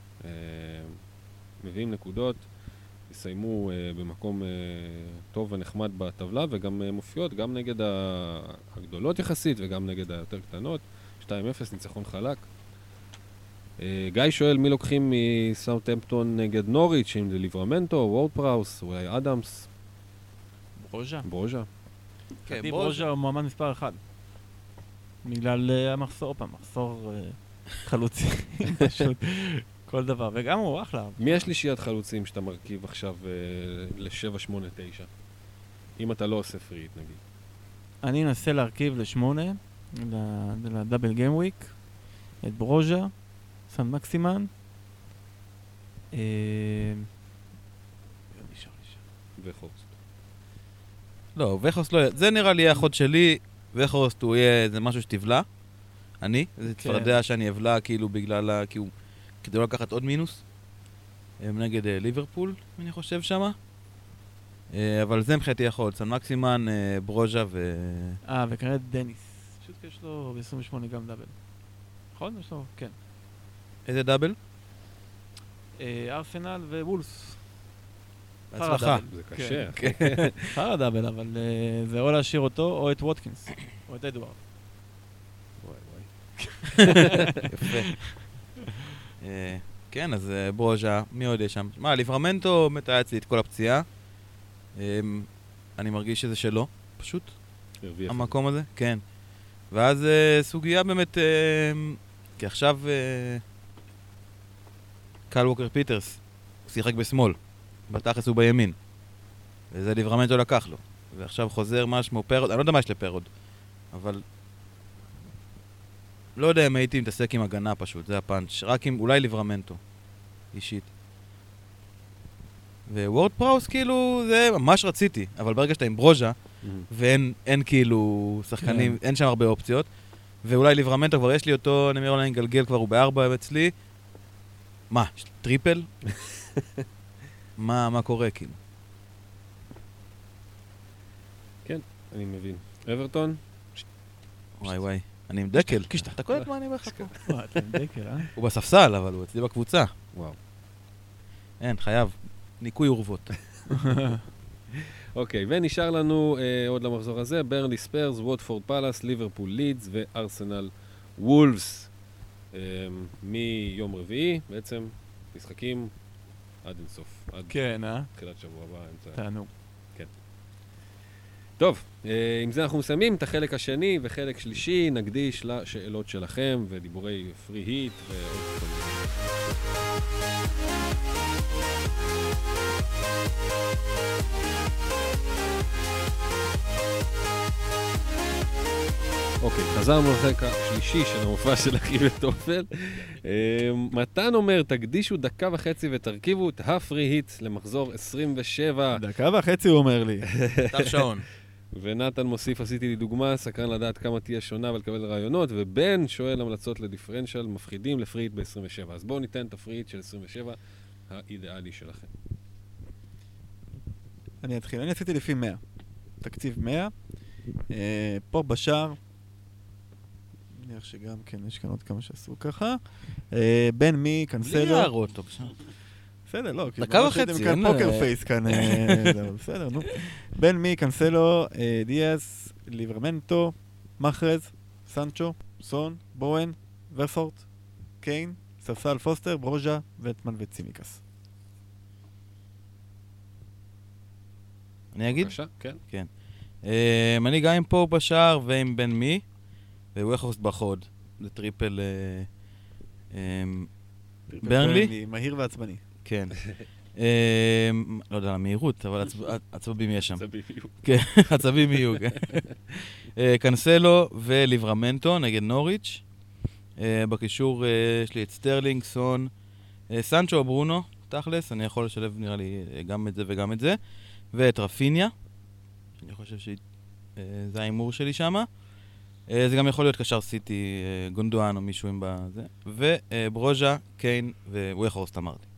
מביאים נקודות, יסיימו במקום טוב ונחמד בטבלה וגם מופיעות גם נגד הגדולות יחסית וגם נגד היותר קטנות. שתיים אפס, ניצחון חלק. גיא שואל מי לוקחים מסאות'המפטון נגד נוריץ', אם זה ליברמנטו, וורד פראוס, אולי אדמס. ברוז'ה. ברוז'ה. כן, ברוז'ה הוא מועמד מספר אחד. בגלל המחסור, פעם, מחסור חלוצי. פשוט כל דבר, וגם הוא אחלה. מי השלישיית חלוצים שאתה מרכיב עכשיו אה, ל-שבע, שמונה, תשע? אם אתה לא עושה פריט, נגיד. אני אנסה להרכיב לשמונה, לדאבל גיים וויק, את ברוז'ה, סן מקסימן. אה... נשאר, נשאר. וחורסט. לא, וחורסט לא... זה נראה לי החוד שלי, וחורסט הוא יהיה... זה משהו שתבלע. אני? זה צפרדע שאני אבלע כאילו בגלל ה... כי הוא... כדי לא לקחת עוד מינוס. הם נגד אה, ליברפול, אני חושב שמה. אה, אבל זה מבחינתי החוד. סן מקסימן, אה, ברוז'ה ו... אה, וכנראה דניס. פשוט כי יש לו ב-עשרים ושמונה גם דאבל. נכון? יש לו? כן. איזה דאבל? אה, ארסנל ווולס. בהצלחה. זה קשה. חרא דאבל, אבל אה, זה או להשאיר אותו או את ווטקינס. או את אדוארד. וואי וואי. יפה. אה, כן, אז אה, ברוז'ה, מי עוד יש שם? מה, ליברמנטו היה אצלי את כל הפציעה. אה, אני מרגיש שזה שלו, פשוט. הרוויח. המקום הזה, כן. ואז אה, סוגיה באמת, אה, כי עכשיו אה, קל ווקר פיטרס, הוא שיחק בשמאל, בתכלס הוא בימין. וזה ליברמנטו לקח לו. ועכשיו חוזר משהו פרוד, אני לא יודע מה יש לפרוד, אבל לא יודע אם הייתי מתעסק עם הגנה פשוט, זה הפאנץ', רק עם אולי ליברמנטו, אישית. וורד פראוס כאילו, זה ממש רציתי, אבל ברגע שאתה עם ברוז'ה, ואין אין כאילו שחקנים, אין שם הרבה אופציות, ואולי ליברמנטו כבר יש לי אותו, אני אומר אולי גלגל כבר הוא בארבע אצלי. מה, טריפל? מה, מה קורה כאילו? כן, אני מבין. אברטון? וואי וואי, אני עם דקל. אתה קולט מה אני אומר לך פה? וואי, אתה עם דקל, אה? הוא בספסל, אבל הוא אצלי בקבוצה. וואו. אין, חייב. ניקוי אורוות. אוקיי, ונשאר לנו אה, עוד למחזור הזה, ברנלי ספיירס, ווטפורד פלאס, ליברפול לידס וארסנל וולפס. אה, מיום רביעי, בעצם, משחקים עד אינסוף. עד כן, אה? תחילת שבוע הבא, אמצע. תענוג. טוב, אה, עם זה אנחנו מסיימים את החלק השני וחלק שלישי, נקדיש לשאלות שלכם ודיבורי פרי היט ועוד כל מיני. אוקיי, חזרנו לחלק השלישי של המופע של אחי וטופל. אה, מתן אומר, תקדישו דקה וחצי ותרכיבו את הפרי היט למחזור עשרים ושבע. דקה וחצי הוא אומר לי. תף שעון. ונתן מוסיף, עשיתי לי דוגמה, סקרן לדעת כמה תהיה שונה ולקבל רעיונות, ובן שואל המלצות לדיפרנציאל מפחידים לפריט ב-עשרים ושבע. אז בואו ניתן את הפריט של עשרים ושבע האידיאלי שלכם. אני אתחיל, אני עשיתי לפי מאה. תקציב מאה. אה, פה בשער, נראה שגם כן, יש כאן עוד כמה שעשו ככה. אה, בן מי, קנסלו. בלי הערות, טוב שם. בסדר, לא. דקה וחצי, כאן פוקר פייס כאן. בסדר, נו. בן מי, קנסלו, דיאז, ליברמנטו, מחרז, סנצ'ו, סון, בואן, ורפורט, קיין, ספסל פוסטר, ברוז'ה, וטמן וצימיקס. אני אגיד? בבקשה, כן. כן. אני גם עם פה בשער ועם בן מי, וויחורסט בחוד. זה טריפל ברנלי. מהיר ועצבני. כן. לא יודע, המהירות, אבל עצבים יש שם. עצבים יהיו. כן, עצבים יהיו, כן. קנסלו וליברמנטו נגד נוריץ'. בקישור יש לי את סטרלינג, סון, סנצ'ו או ברונו, תכלס, אני יכול לשלב נראה לי גם את זה וגם את זה. ואת רפיניה, אני חושב שזה האימור שלי שמה. זה גם יכול להיות קשר סיטי, גונדואן או מישהו עם בזה. וברוז'ה, קיין וויחורסט אמרתי.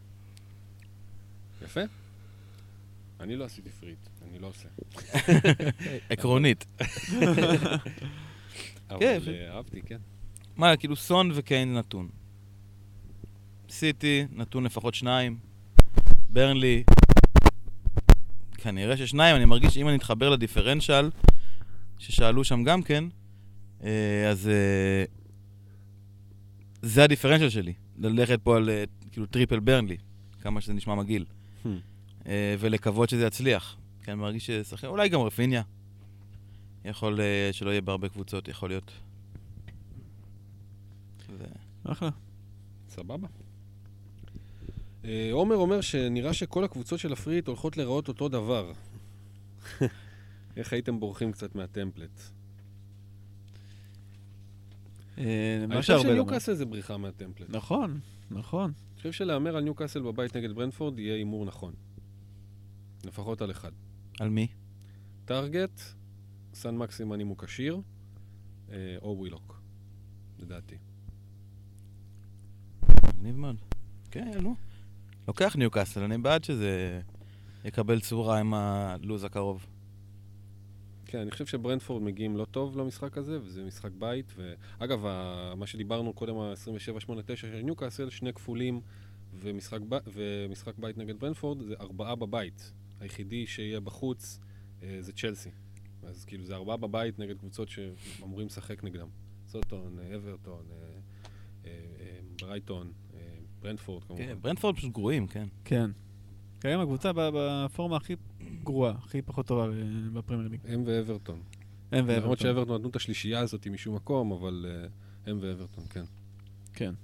יפה. אני לא עשיתי פריט, אני לא עושה. עקרונית. אבל אהבתי, כן. מה, כאילו סון וקיין נתון. סיטי, נתון לפחות שניים. ברנלי, כנראה ששניים, אני מרגיש שאם אני אתחבר לדיפרנציאל, ששאלו שם גם כן, אז זה הדיפרנציאל שלי, ללכת פה על כאילו טריפל ברנלי, כמה שזה נשמע מגעיל, ולקוות שזה יצליח. כי אני מרגיש ששחקן, אולי גם רפיניה, יכול שלא יהיה בהרבה קבוצות, יכול להיות. אחלה. סבבה. אה, עומר אומר שנראה שכל הקבוצות של הפריט הולכות לראות אותו דבר. איך הייתם בורחים קצת מהטמפלט? אני חושב שניוקאסל זה בריחה מהטמפלט. נכון, נכון. אני חושב שלאמר על ניוקאסל בבית נגד ברנפורד יהיה אימור נכון. לפחות על אחד. על מי? טארגט, סן מקסימן אם הוא קשיר, או ווילוק, לדעתי. מגניב מאוד. כן, נו. לוקח ניוקאסל, אני בעד שזה יקבל צורה עם הלוז הקרוב. כן, אני חושב שברנפורד מגיעים לא טוב למשחק הזה, וזה משחק בית. ואגב, מה שדיברנו קודם, ה-עשרים ושבע שמונה תשע של ניוקאסל, שני כפולים ומשחק, ב... ומשחק בית נגד ברנפורד, זה ארבעה בבית. היחידי שיהיה בחוץ זה צ'לסי. אז כאילו זה ארבעה בבית נגד קבוצות שאמורים לשחק נגדם. סוטון, אברטון, ברייטון, ברנפורד כמובן. כן, ברנפורד פשוט גרועים, כן. כן. כרגע הקבוצה בפורמה הכי גרועה, הכי פחות טובה בפרמייר ליג. הם ואברטון. הם ואברטון. למרות שאברטון נתנו את השלישייה הזאת משום מקום, אבל הם ואברטון, כן. כן.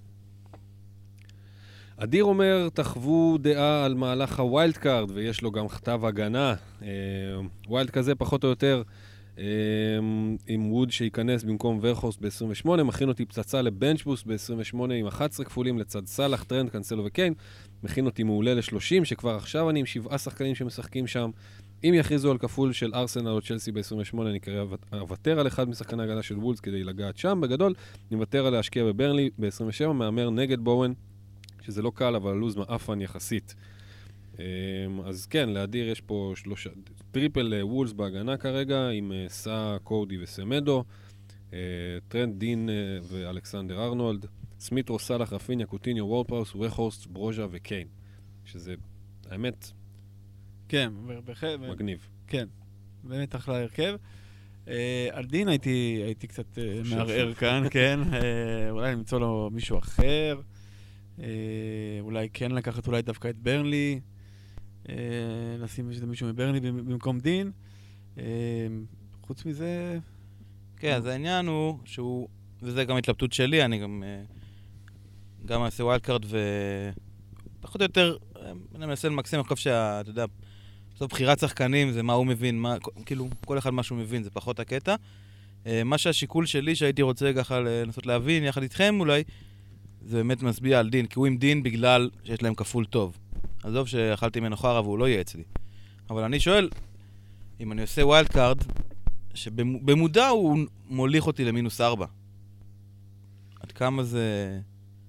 אדיר אומר, תחוו דעה על מהלך הווילד קארד, ויש לו גם כתב הגנה. ווילד כזה פחות או יותר, עם ווד שייכנס במקום ורחורסט ב-עשרים ושמונה, מכין אותי פצצה לבנצ'בוס ב-עשרים ושמונה עם אחת עשרה כפולים לצד סלח, טרנד, קנסלו וקיין. מכין אותי מעולה ל-שלושים, שכבר עכשיו אני עם שבעה שחקנים שמשחקים שם. אם יכריזו על כפול של ארסנל או צ'לסי ב-עשרים ושמונה, אני כרגע אוותר על אחד משחקני הגנה של וולס כדי לגעת שם. בגדול, אני מוותר על להשקיע בברנלי ב-עשרים ושבע, מאמר נגד בואוין, שזה לא קל, אבל הלוז מאפן יחסית. אז כן, לאדיר יש פה שלושה, טריפל וולס בהגנה כרגע, עם סא, קודי וסמדו, טרנד, דין ואלכסנדר ארנולד, סמית, רוסלח, רפיניה, קוטיניו, וורדפראוס, וחורסט, ברוז'ה וקיין. שזה, האמת, כן, מגניב. כן, באמת אחלה הרכב. על דין הייתי קצת מערער כאן, כן. אולי למצוא לו מישהו אחר. אולי כן לקחת אולי דווקא את ברנלי, לשים איזה מישהו מברנלי במקום דין. חוץ מזה... כן, אז העניין הוא שהוא, וזה גם התלבטות שלי, אני גם גם אעשה ווילד קארד ופחות או יותר אני מנסה למקסם, אני חושב שאתה יודע, זו בחירת שחקנים, זה מה הוא מבין, מה, כאילו כל אחד מה שהוא מבין, זה פחות הקטע. מה שהשיקול שלי שהייתי רוצה ככה לנסות להבין יחד איתכם אולי, זה באמת מצביע על דין, כי הוא עם דין בגלל שיש להם כפול טוב. עזוב שאכלתי ממנו חרא והוא לא יהיה אצלי. אבל אני שואל, אם אני עושה ווילד קארד, שבמודע הוא מוליך אותי למינוס ארבע. עד כמה זה...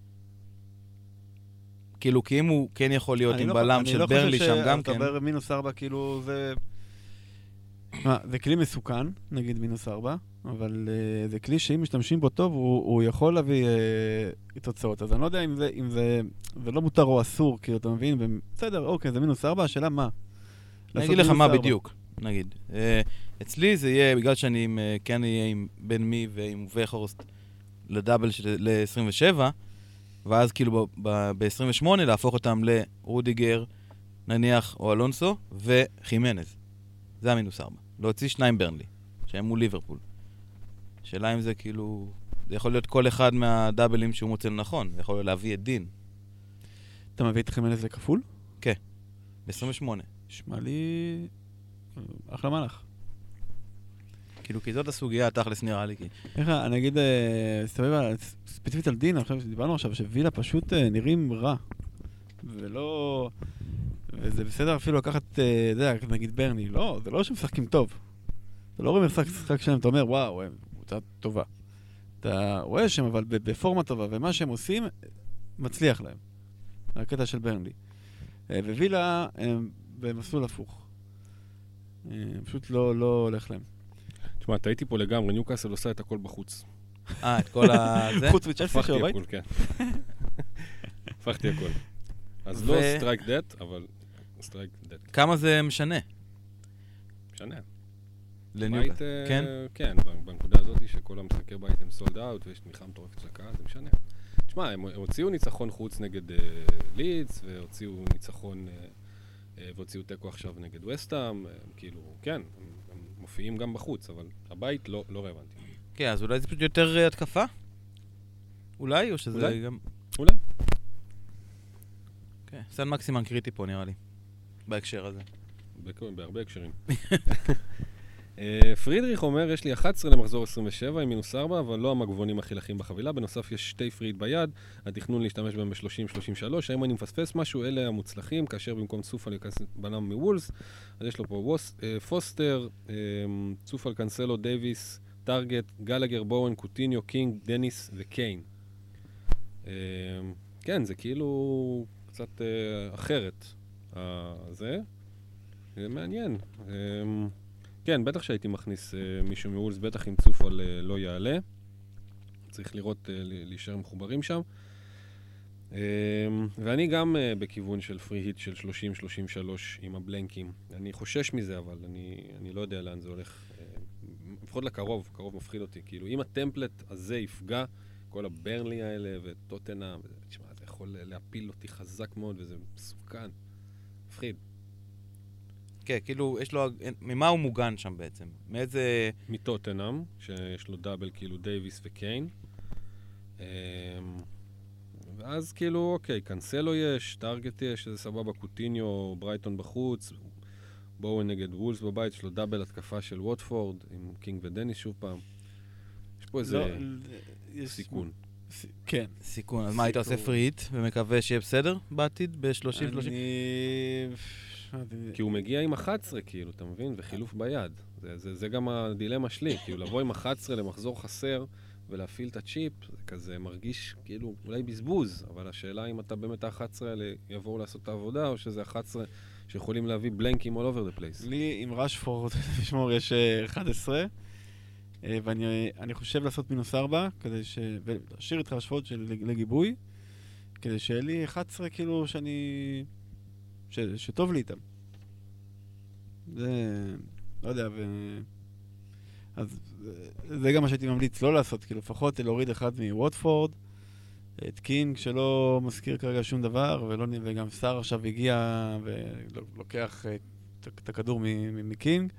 כאילו, כי אם הוא כן יכול להיות עם בלם של ברלי שם גם כן. אני לא חושב שאתה מינוס ארבע, כאילו זה... מה, זה כלי מסוכן, נגיד מינוס ארבע, אבל uh, זה כלי שאם משתמשים בו טוב, הוא, הוא יכול להביא uh, תוצאות. אז אני לא יודע אם זה, אם זה, זה לא מותר או אסור, כאילו, אתה מבין? בסדר, אוקיי, זה מינוס ארבע, השאלה מה? אני אגיד לך מה בדיוק, נגיד. Uh, אצלי זה יהיה, בגלל שאני עם, uh, כן אהיה עם בן מי ועם וחורסט לדאבל של ל-עשרים ושבע, ואז כאילו ב-עשרים ושמונה להפוך אותם לרודיגר, נניח, או אלונסו, וחימנז. זה המינוס ארבע. להוציא שניים ברנלי, שהם מול ליברפול. שאלה אם זה כאילו... זה יכול להיות כל אחד מהדאבלים שהוא מוצא נכון. זה יכול להיות להביא את דין. אתה מביא את חימנז לכפול? כן. ב-עשרים ושמונה. שמע לי... אחלה מלך. כאילו, כי זאת הסוגיה, התכלס נראה לי. איך, אני אגיד, סבבה, ספציפית על דין, אני חושב שדיברנו עכשיו, שווילה פשוט נראים רע. ולא... וזה בסדר אפילו לקחת, אתה יודע, נגיד ברני, לא, זה לא שמשחקים טוב. אתה לא רואה משחק שלהם, אתה אומר, וואו, הם קבוצה טובה. אתה רואה שהם אבל בפורמה טובה, ומה שהם עושים, מצליח להם. הקטע של ברני. ווילה, הם במסלול הפוך. פשוט לא, לא הולך להם. תשמע, אתה הייתי פה לגמרי, ניוקאסל עושה את הכל בחוץ. אה, את כל ה... חוץ מצ'לסי של הבית? הפכתי הכל, כן. הפכתי הכל. אז לא סטרייק דט, אבל סטרייק דט. כמה זה משנה? משנה. לניוקאסל, כן? כן, בנקודה הזאת שכל המשחקי בית הם סולד אאוט ויש תמיכה מטורפת לקהל, זה משנה. תשמע, הם הוציאו ניצחון חוץ נגד לידס, והוציאו ניצחון, והוציאו טקו עכשיו נגד וסטהאם, כאילו, כן, הם מופיעים גם בחוץ, אבל הבית לא רלוונטי. כן, אז אולי זה פשוט יותר התקפה? אולי, או שזה גם... אולי. כן, סן מקסימן קריטי פה נראה לי, בהקשר הזה. בהרבה הקשרים. פרידריך אומר, יש לי אחת עשרה למחזור עשרים ושבע עם מינוס ארבע, אבל לא המגבונים הכי לחים בחבילה. בנוסף יש שתי פריד ביד, התכנון להשתמש בהם ב-שלושים שלושים ושלוש. האם אני מפספס משהו? אלה המוצלחים, כאשר במקום צופל ייכנס בנם מוולס. אז יש לו פה ווס, אה, פוסטר, אה, צופל, קנסלו, דייביס, טארגט, גלגר, בואן, קוטיניו, קינג, דניס וקיין. אה, כן, זה כאילו קצת אה, אחרת. אה, זה, זה מעניין. אה, כן, בטח שהייתי מכניס uh, מישהו מוולס, בטח אם צופל uh, לא יעלה. צריך לראות, uh, להישאר מחוברים שם. Uh, ואני גם uh, בכיוון של פרי היט של שלושים שלושים ושלוש עם הבלנקים. אני חושש מזה, אבל אני, אני לא יודע לאן זה הולך. Uh, לפחות לקרוב, קרוב מפחיד אותי. כאילו, אם הטמפלט הזה יפגע, כל הברנלי האלה וטוטנה, תשמע, זה יכול להפיל אותי חזק מאוד, וזה מסוכן. מפחיד. כן, כאילו, יש לו... ממה הוא מוגן שם בעצם? מאיזה... מטוטנאם, שיש לו דאבל כאילו דייביס וקיין. ואז כאילו, אוקיי, קנסלו יש, טארגט יש, שזה סבבה, קוטיניו, ברייטון בחוץ, בואו נגד וולס בבית, יש לו דאבל התקפה של ווטפורד, עם קינג ודניס שוב פעם. יש פה איזה סיכון. כן. סיכון. אז מה, היית עושה פריט ומקווה שיהיה בסדר בעתיד ב-שלושים שלושים? אני... כי הוא מגיע עם אחת עשרה, כאילו, אתה מבין? וחילוף ביד. זה, זה, זה גם הדילמה שלי, כאילו, לבוא עם אחת עשרה למחזור חסר ולהפעיל את הצ'יפ, זה כזה מרגיש, כאילו, אולי בזבוז, אבל השאלה אם אתה באמת ה-אחת עשרה האלה יבואו לעשות את העבודה, או שזה אחת עשרה שיכולים להביא בלנקים all over the place. לי, עם רשפורד, לשמור, יש אחת עשרה, ואני חושב לעשות מינוס ארבע, כדי ש... ולהשאיר את רשפורד לגיבוי, כדי שיהיה לי אחת עשרה, כאילו, שאני... ש... שטוב לי איתם. זה... לא יודע, ו... אז זה גם מה שהייתי ממליץ לא לעשות, כאילו לפחות להוריד אחד מווטפורד, את קינג שלא מזכיר כרגע שום דבר, ולא... וגם שר עכשיו הגיע ולוקח את, את הכדור מ... מקינג.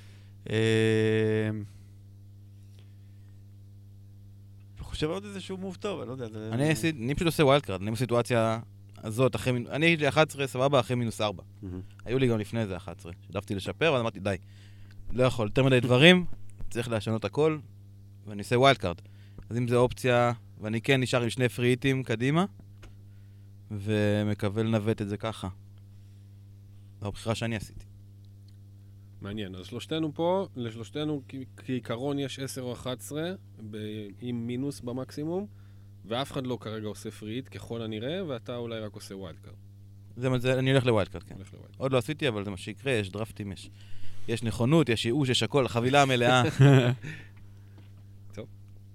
חושב עוד איזשהו מוב טוב, אני לא יודע. זה... אני, עשי... אני פשוט עושה ווילד קארד, אני בסיטואציה... הזאת, אחרי, אני הייתי לי אחת עשרה, סבבה, אחרי מינוס ארבע. Mm-hmm. היו לי גם לפני זה אחת עשרה. שדפתי לשפר, ואז אמרתי, די. לא יכול, יותר מדי דברים, צריך להשנות הכל, ואני עושה ווילד קארד. אז אם זו אופציה, ואני כן נשאר עם שני פריטים קדימה, ומקווה לנווט את זה ככה. זו הבחירה שאני עשיתי. מעניין, אז שלושתנו פה, לשלושתנו כעיקרון יש עשר או אחת עשרה, ב- עם מינוס במקסימום, ואף אחד לא כרגע עושה פריט, ככל הנראה, ואתה אולי רק עושה ווילד קארד. זה מה זה, אני הולך לווילד קארד, כן. הולך לווילד קארד. עוד לא עשיתי, אבל זה מה שיקרה, יש דרפטים, יש, יש נכונות, יש ייאוש, יש הכל, חבילה מלאה. טוב.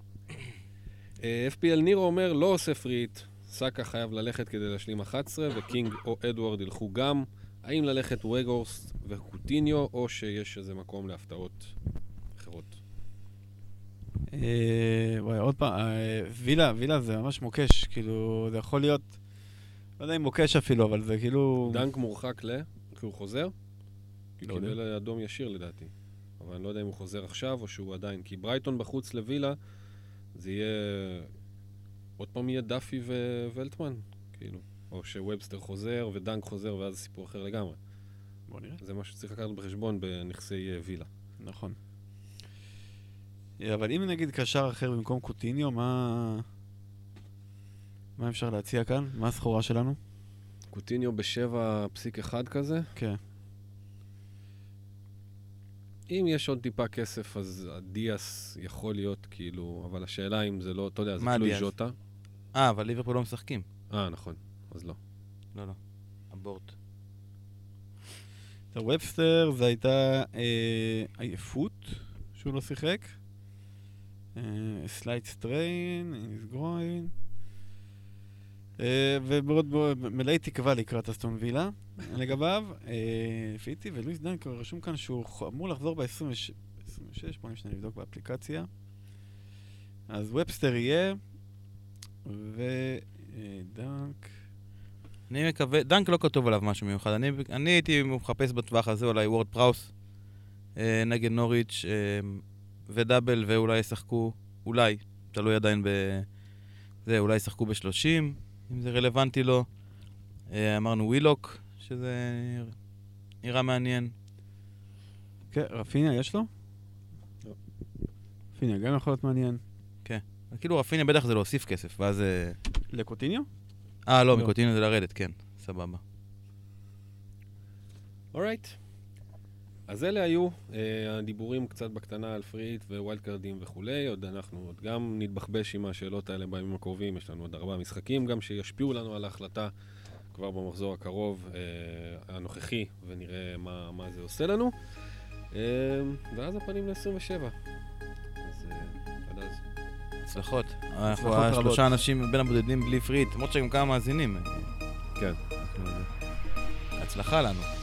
אף פי אל נירו אומר, לא עושה פריט, סאקה חייב ללכת כדי להשלים אחת עשרה, וקינג או אדוארד ילכו גם. האם ללכת וגורסט וקוטיניו, או שיש איזה מקום להפתעות אחרות? וואי, עוד פעם, וילה, וילה זה ממש מוקש, כאילו, זה יכול להיות, לא יודע אם מוקש אפילו, אבל זה כאילו... דנק מורחק ל... כי הוא חוזר? כי הוא קיבל אדום ישיר לדעתי. אבל אני לא יודע אם הוא חוזר עכשיו, או שהוא עדיין... כי ברייטון בחוץ לווילה, זה יהיה... עוד פעם יהיה דאפי וולטמן, כאילו. או שוובסטר חוזר, ודנק חוזר, ואז סיפור אחר לגמרי. בוא נראה. זה מה שצריך לקחת בחשבון בנכסי וילה. נכון. אבל אם נגיד קשר אחר במקום קוטיניו, מה... מה אפשר להציע כאן? מה הסחורה שלנו? קוטיניו בשבע פסיק אחד כזה? כן. אם יש עוד טיפה כסף, אז הדיאס יכול להיות כאילו, אבל השאלה אם זה לא, אתה יודע, זה תלוי ז'וטה. אה, אבל ליברפול לא משחקים. אה, נכון. אז לא. לא, לא. אבורט. וובסטר זה הייתה אה, עייפות שהוא לא שיחק. סלייד סטריין, נסגרוין. ובעוד מלאי תקווה לקראת אסטון וילה לגביו. פיטי ולואיס דנק רשום כאן שהוא אמור לחזור ב-עשרים ושש, בוא נשנה לבדוק באפליקציה. אז וובסטר יהיה, ודנק... אני מקווה, דנק לא כתוב עליו משהו מיוחד. אני, אני הייתי מחפש בטווח הזה אולי וורד פראוס נגד נוריץ' ודאבל, ואולי ישחקו, אולי, תלוי עדיין ב... זה, אולי ישחקו ב-שלושים, אם זה רלוונטי לו. אמרנו ווילוק, שזה נראה מעניין. כן, רפיניה יש לו? לא. רפיניה גם יכול להיות מעניין. כן. כאילו רפיניה בטח זה להוסיף כסף, ואז... לקוטיניו? אה, לא, מקוטיניו זה לרדת, כן. סבבה. אורייט. אז אלה היו uh, הדיבורים קצת בקטנה על פריט וווילד קארדים וכולי. עוד אנחנו עוד גם נתבחבש עם השאלות האלה בימים הקרובים. יש לנו עוד ארבעה משחקים גם שישפיעו לנו על ההחלטה כבר במחזור הקרוב uh, הנוכחי, ונראה מה, מה זה עושה לנו. Uh, ואז הפנים ל-עשרים ושבע. אז uh, עד אז. הצלחות. אנחנו השלושה אנשים בין הבודדים בלי פריט, למרות שגם כמה מאזינים. כן. הצלחה לנו.